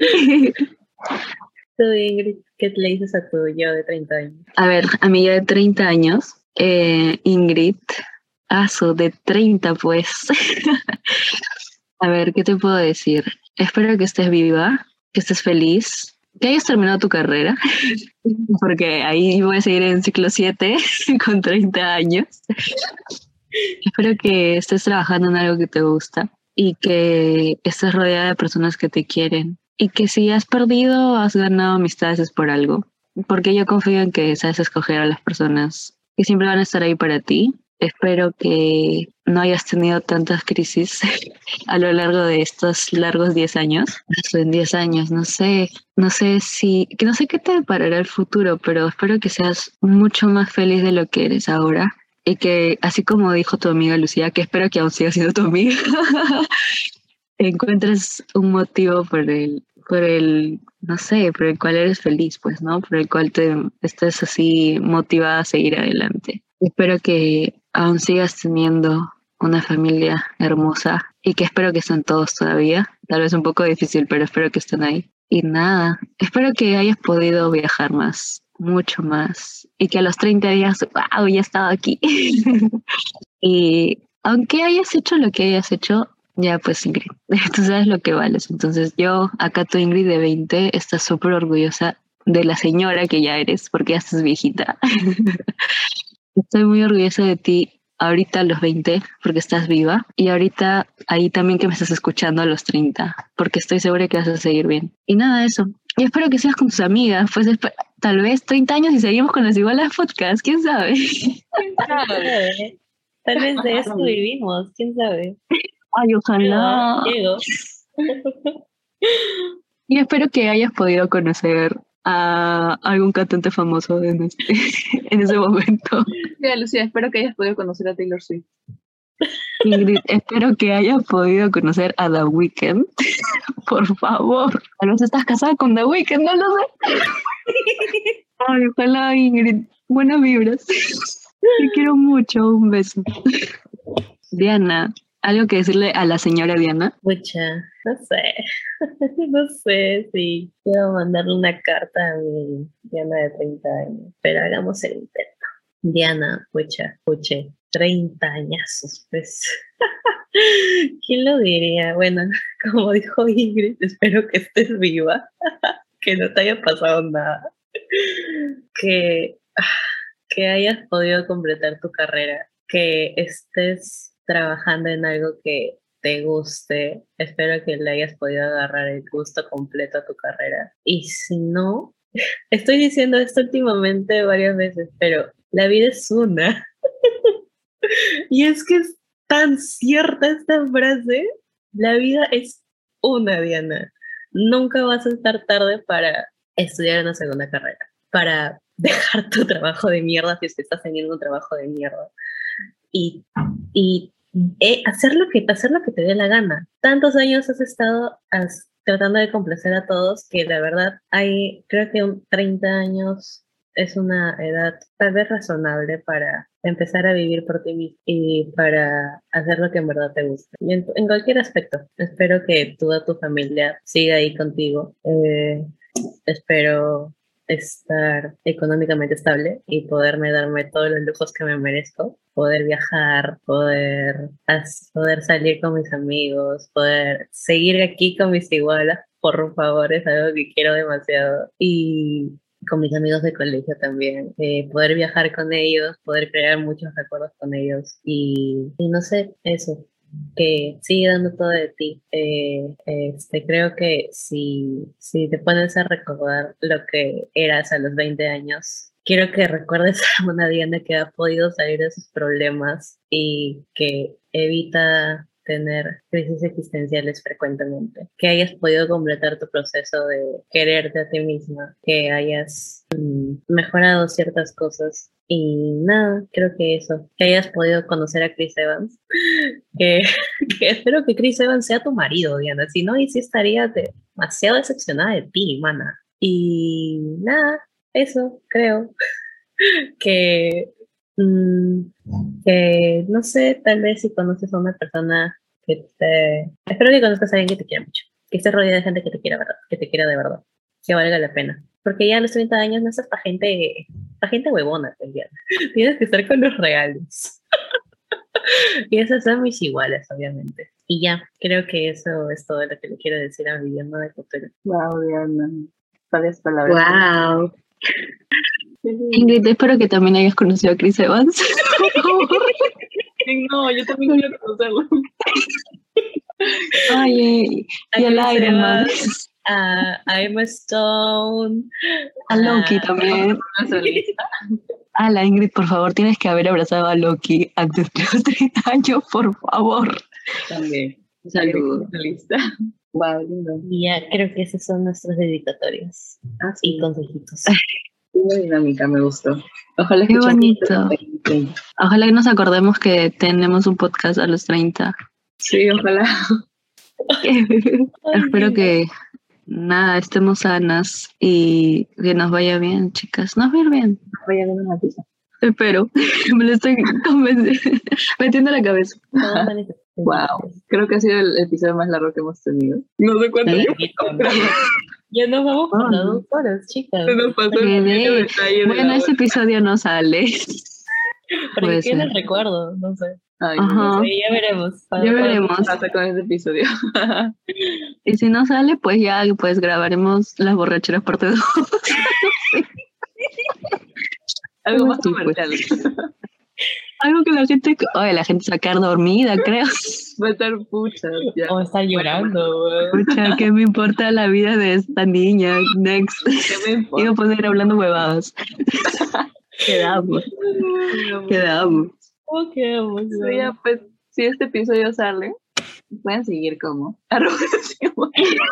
Tú, Ingrid, ¿qué le dices a tu yo de treinta años? A ver, a mí yo de treinta años, eh, Ingrid, aso de treinta pues. A ver, ¿qué te puedo decir? Espero que estés viva, que estés feliz, que hayas terminado tu carrera, porque ahí voy a seguir en ciclo siete con treinta años. Espero que estés trabajando en algo que te gusta y que estés rodeada de personas que te quieren. Y que si has perdido, has ganado amistades es por algo. Porque yo confío en que sabes escoger a las personas que siempre van a estar ahí para ti. Espero que no hayas tenido tantas crisis a lo largo de estos largos diez años. En diez años, no sé, no sé si, que no sé qué te deparará el futuro, pero espero que seas mucho más feliz de lo que eres ahora. Y que, así como dijo tu amiga Lucía, que espero que aún siga siendo tu amiga, encuentres un motivo por el, por el, no sé, por el cual eres feliz, pues, ¿no? Por el cual te estés así motivada a seguir adelante. Espero que aún sigas teniendo una familia hermosa y que espero que estén todos todavía. Tal vez un poco difícil, pero espero que estén ahí. Y nada, espero que hayas podido viajar más, mucho más. Y que a los treinta días, wow, ya he estado aquí. Y aunque hayas hecho lo que hayas hecho, ya pues Ingrid, tú sabes lo que vales. Entonces yo, acá tu Ingrid de veinte, está súper orgullosa de la señora que ya eres, porque ya estás viejita. Estoy muy orgullosa de ti ahorita a los veinte, porque estás viva, y ahorita ahí también que me estás escuchando a los treinta, porque estoy segura que vas a seguir bien. Y nada, eso. Y espero que sigas con tus amigas, pues esp- tal vez treinta años y seguimos con las igualas podcast, ¿quién sabe? ¿Quién sabe? Tal vez de esto vivimos, quién sabe. Ay, ojalá. Llego. Y espero que hayas podido conocer a algún cantante famoso en, este, en ese momento. Sí, Lucía, espero que hayas podido conocer a Taylor Swift. Ingrid, espero que hayas podido conocer a The Weeknd. Por favor. Tal vez estás casada con The Weeknd, no lo sé. Ay, ojalá, Ingrid. Buenas vibras. Te quiero mucho. Un beso. Diana, ¿algo que decirle a la señora Diana? Pucha, no sé. No sé si quiero mandarle una carta a mi Diana de treinta años, pero hagamos el intento. Diana, pucha, puche, treinta añazos, pues. ¿Quién lo diría? Bueno, como dijo Ingrid, espero que estés viva, que no te haya pasado nada, que, que hayas podido completar tu carrera, que estés trabajando en algo que te guste. Espero que le hayas podido agarrar el gusto completo a tu carrera. Y si no, estoy diciendo esto últimamente varias veces, pero la vida es una. Y es que es tan cierta esta frase. La vida es una, Diana. Nunca vas a estar tarde para estudiar una segunda carrera, para dejar tu trabajo de mierda si es que estás teniendo un trabajo de mierda. Y, y eh, hacer, lo que, hacer lo que te dé la gana. Tantos años has estado as, tratando de complacer a todos que la verdad hay, creo que un treinta años es una edad tal vez razonable para empezar a vivir por ti mismo y para hacer lo que en verdad te gusta. Y en, en cualquier aspecto. Espero que toda tu familia siga ahí contigo. Eh, espero estar económicamente estable y poderme darme todos los lujos que me merezco, poder viajar, poder, as, poder salir con mis amigos, poder seguir aquí con mis igualas, por favor, es algo que quiero demasiado. Y con mis amigos de colegio también, eh, poder viajar con ellos, poder crear muchos recuerdos con ellos y, y no sé, eso, que sigue dando todo de ti. Eh, este, creo que si, si te pones a recordar lo que eras a los veinte años, quiero que recuerdes a una Diana que ha podido salir de sus problemas y que evita tener crisis existenciales frecuentemente, que hayas podido completar tu proceso de quererte a ti misma, que hayas mm, mejorado ciertas cosas y nada, creo que eso, que hayas podido conocer a Chris Evans, que, que espero que Chris Evans sea tu marido, Diana, si no, y sí estaría demasiado decepcionada de ti, mana. Y nada, eso creo que Mm, que no sé, tal vez si conoces a una persona que te... Espero que conozcas a alguien que te quiera mucho, que estés rodeada de gente que te quiera, verdad, que te quiera de verdad, que valga la pena. Porque ya a los treinta años no estás para gente, para gente huevona, pues ya. Tienes que estar con los reales. Y esas son mis iguales, obviamente. Y ya, creo que eso es todo lo que le quiero decir a mi Diana de futuro. Wow, Diana. Varias palabras. Wow. Ingrid, espero que también hayas conocido a Chris Evans. No, yo también quiero conocerlo. Ay, y al Iron Man. A, a Emma Stone. A Loki también. A la Ingrid, por favor, tienes que haber abrazado a Loki antes de los treinta años, por favor. También. Saludos. Lista. Wow, lindo. Y ya, creo que esos son nuestros dedicatorios ah, sí. y consejitos. Una dinámica, me gustó. Ojalá Qué bonito. Ojalá que nos acordemos que tenemos un podcast a los treinta. Sí, ojalá. Espero que nada, estemos sanas y que nos vaya bien, chicas. Nos va a ir bien. Nos vaya bien una pizza. Espero. Me lo estoy convenciendo. Metiendo la cabeza. Wow. Creo que ha sido el episodio más largo que hemos tenido. No sé cuánto tiempo. Ya nos vamos por las dos horas, chicas. Se nos pasó el detalle. Bueno, ese episodio no sale. Porque pues, ¿qué les recuerdo? No sé. Ay, Ajá. Sí, ya veremos. Ya ¿qué veremos. pasa con este episodio? Y si no sale, pues ya pues grabaremos las borracheras parte dos. Algo más Sí, pues. comercial. Algo que la gente, oye, la gente se va a quedar dormida, creo. Va a estar pucha. Ya. O estar llorando, weón. Escucha, ¿qué me importa la vida de esta niña? Next. ¿Qué me importa? Iba a poner hablando huevadas. Quedamos, quedamos. ¿Cómo quedamos, Sí, weón? ya, pues, si este episodio sale, pueden seguir como arroba Luciano.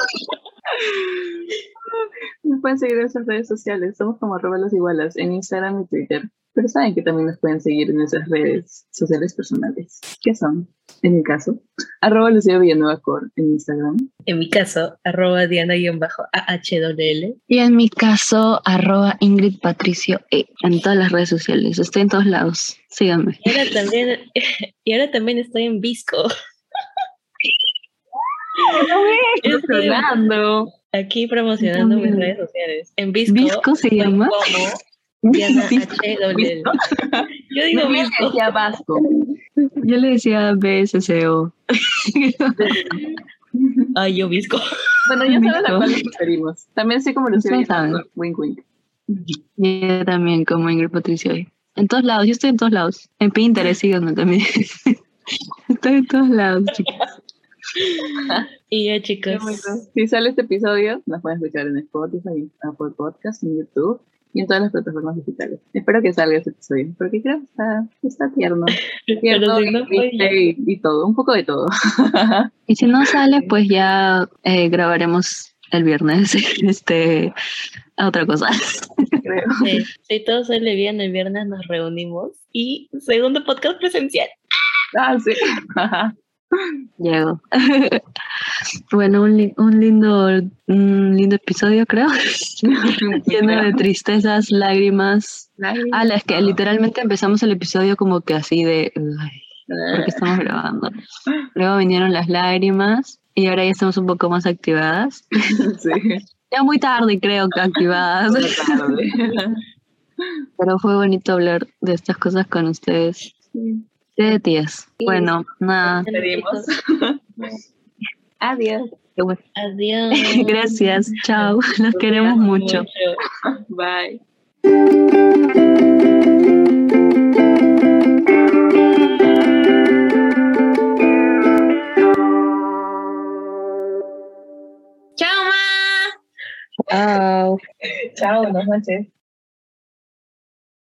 Nos pueden seguir en nuestras redes sociales. Somos como arroba los igualas en Instagram y Twitter. Pero saben que también nos pueden seguir en nuestras redes sociales personales. ¿Qué son? En mi caso, arroba Lucía Villanueva Cor en Instagram. En mi caso, arroba Diana-A-H-L. Y en mi caso, arroba Ingrid Patricio E. En todas las redes sociales. Estoy en todos lados. Síganme. Y ahora también, y ahora también estoy en Visco. Estoy Fernando. aquí promocionando mis redes sociales. En Visco. ¿Visco se soy llama? Como Diana H W L. Yo digo No me Visco. decía Vasco. Yo le decía B S C O. Ay, yo Visco. Bueno, ya sabes a Visco. cuál nos referimos. También soy como Lucía Ustedes Villanueva saben. Cor. Wink, wink. Yo también, como Ingrid Patricio E. En todos lados. Yo estoy en todos lados. En Pinterest, síganme también. Estoy en todos lados, chicos. Y ya, Qué chicos. bueno. Si sale este episodio, nos pueden escuchar en Spotify, en Apple Podcasts, en YouTube y en todas las plataformas digitales. Espero que salga este episodio, porque creo que está, está tierno. Tierno Pero si y, no, pues ya. triste y, y todo, un poco de todo. Y si no sale, pues ya eh, grabaremos el viernes este a otra cosa. Creo. Sí, si todo sale bien, el viernes nos reunimos y segundo podcast presencial. Ah, sí. Llego. Bueno, un, li- un lindo un lindo episodio, creo. Lleno de tristezas, lágrimas. Ah, es que literalmente empezamos el episodio como que así de... Ay, ¿por qué estamos grabando? Luego vinieron las lágrimas y ahora ya estamos un poco más activadas. Sí. Ya muy tarde, creo que activadas. Buena tarde. Pero fue bonito hablar de estas cosas con ustedes. Sí. De tías. Bueno, nada. Despedimos. Adiós. Qué bueno. Adiós. Gracias. Chao. Los queremos mucho. Bye. Chao, ma. Chao. Chao, buenas noches.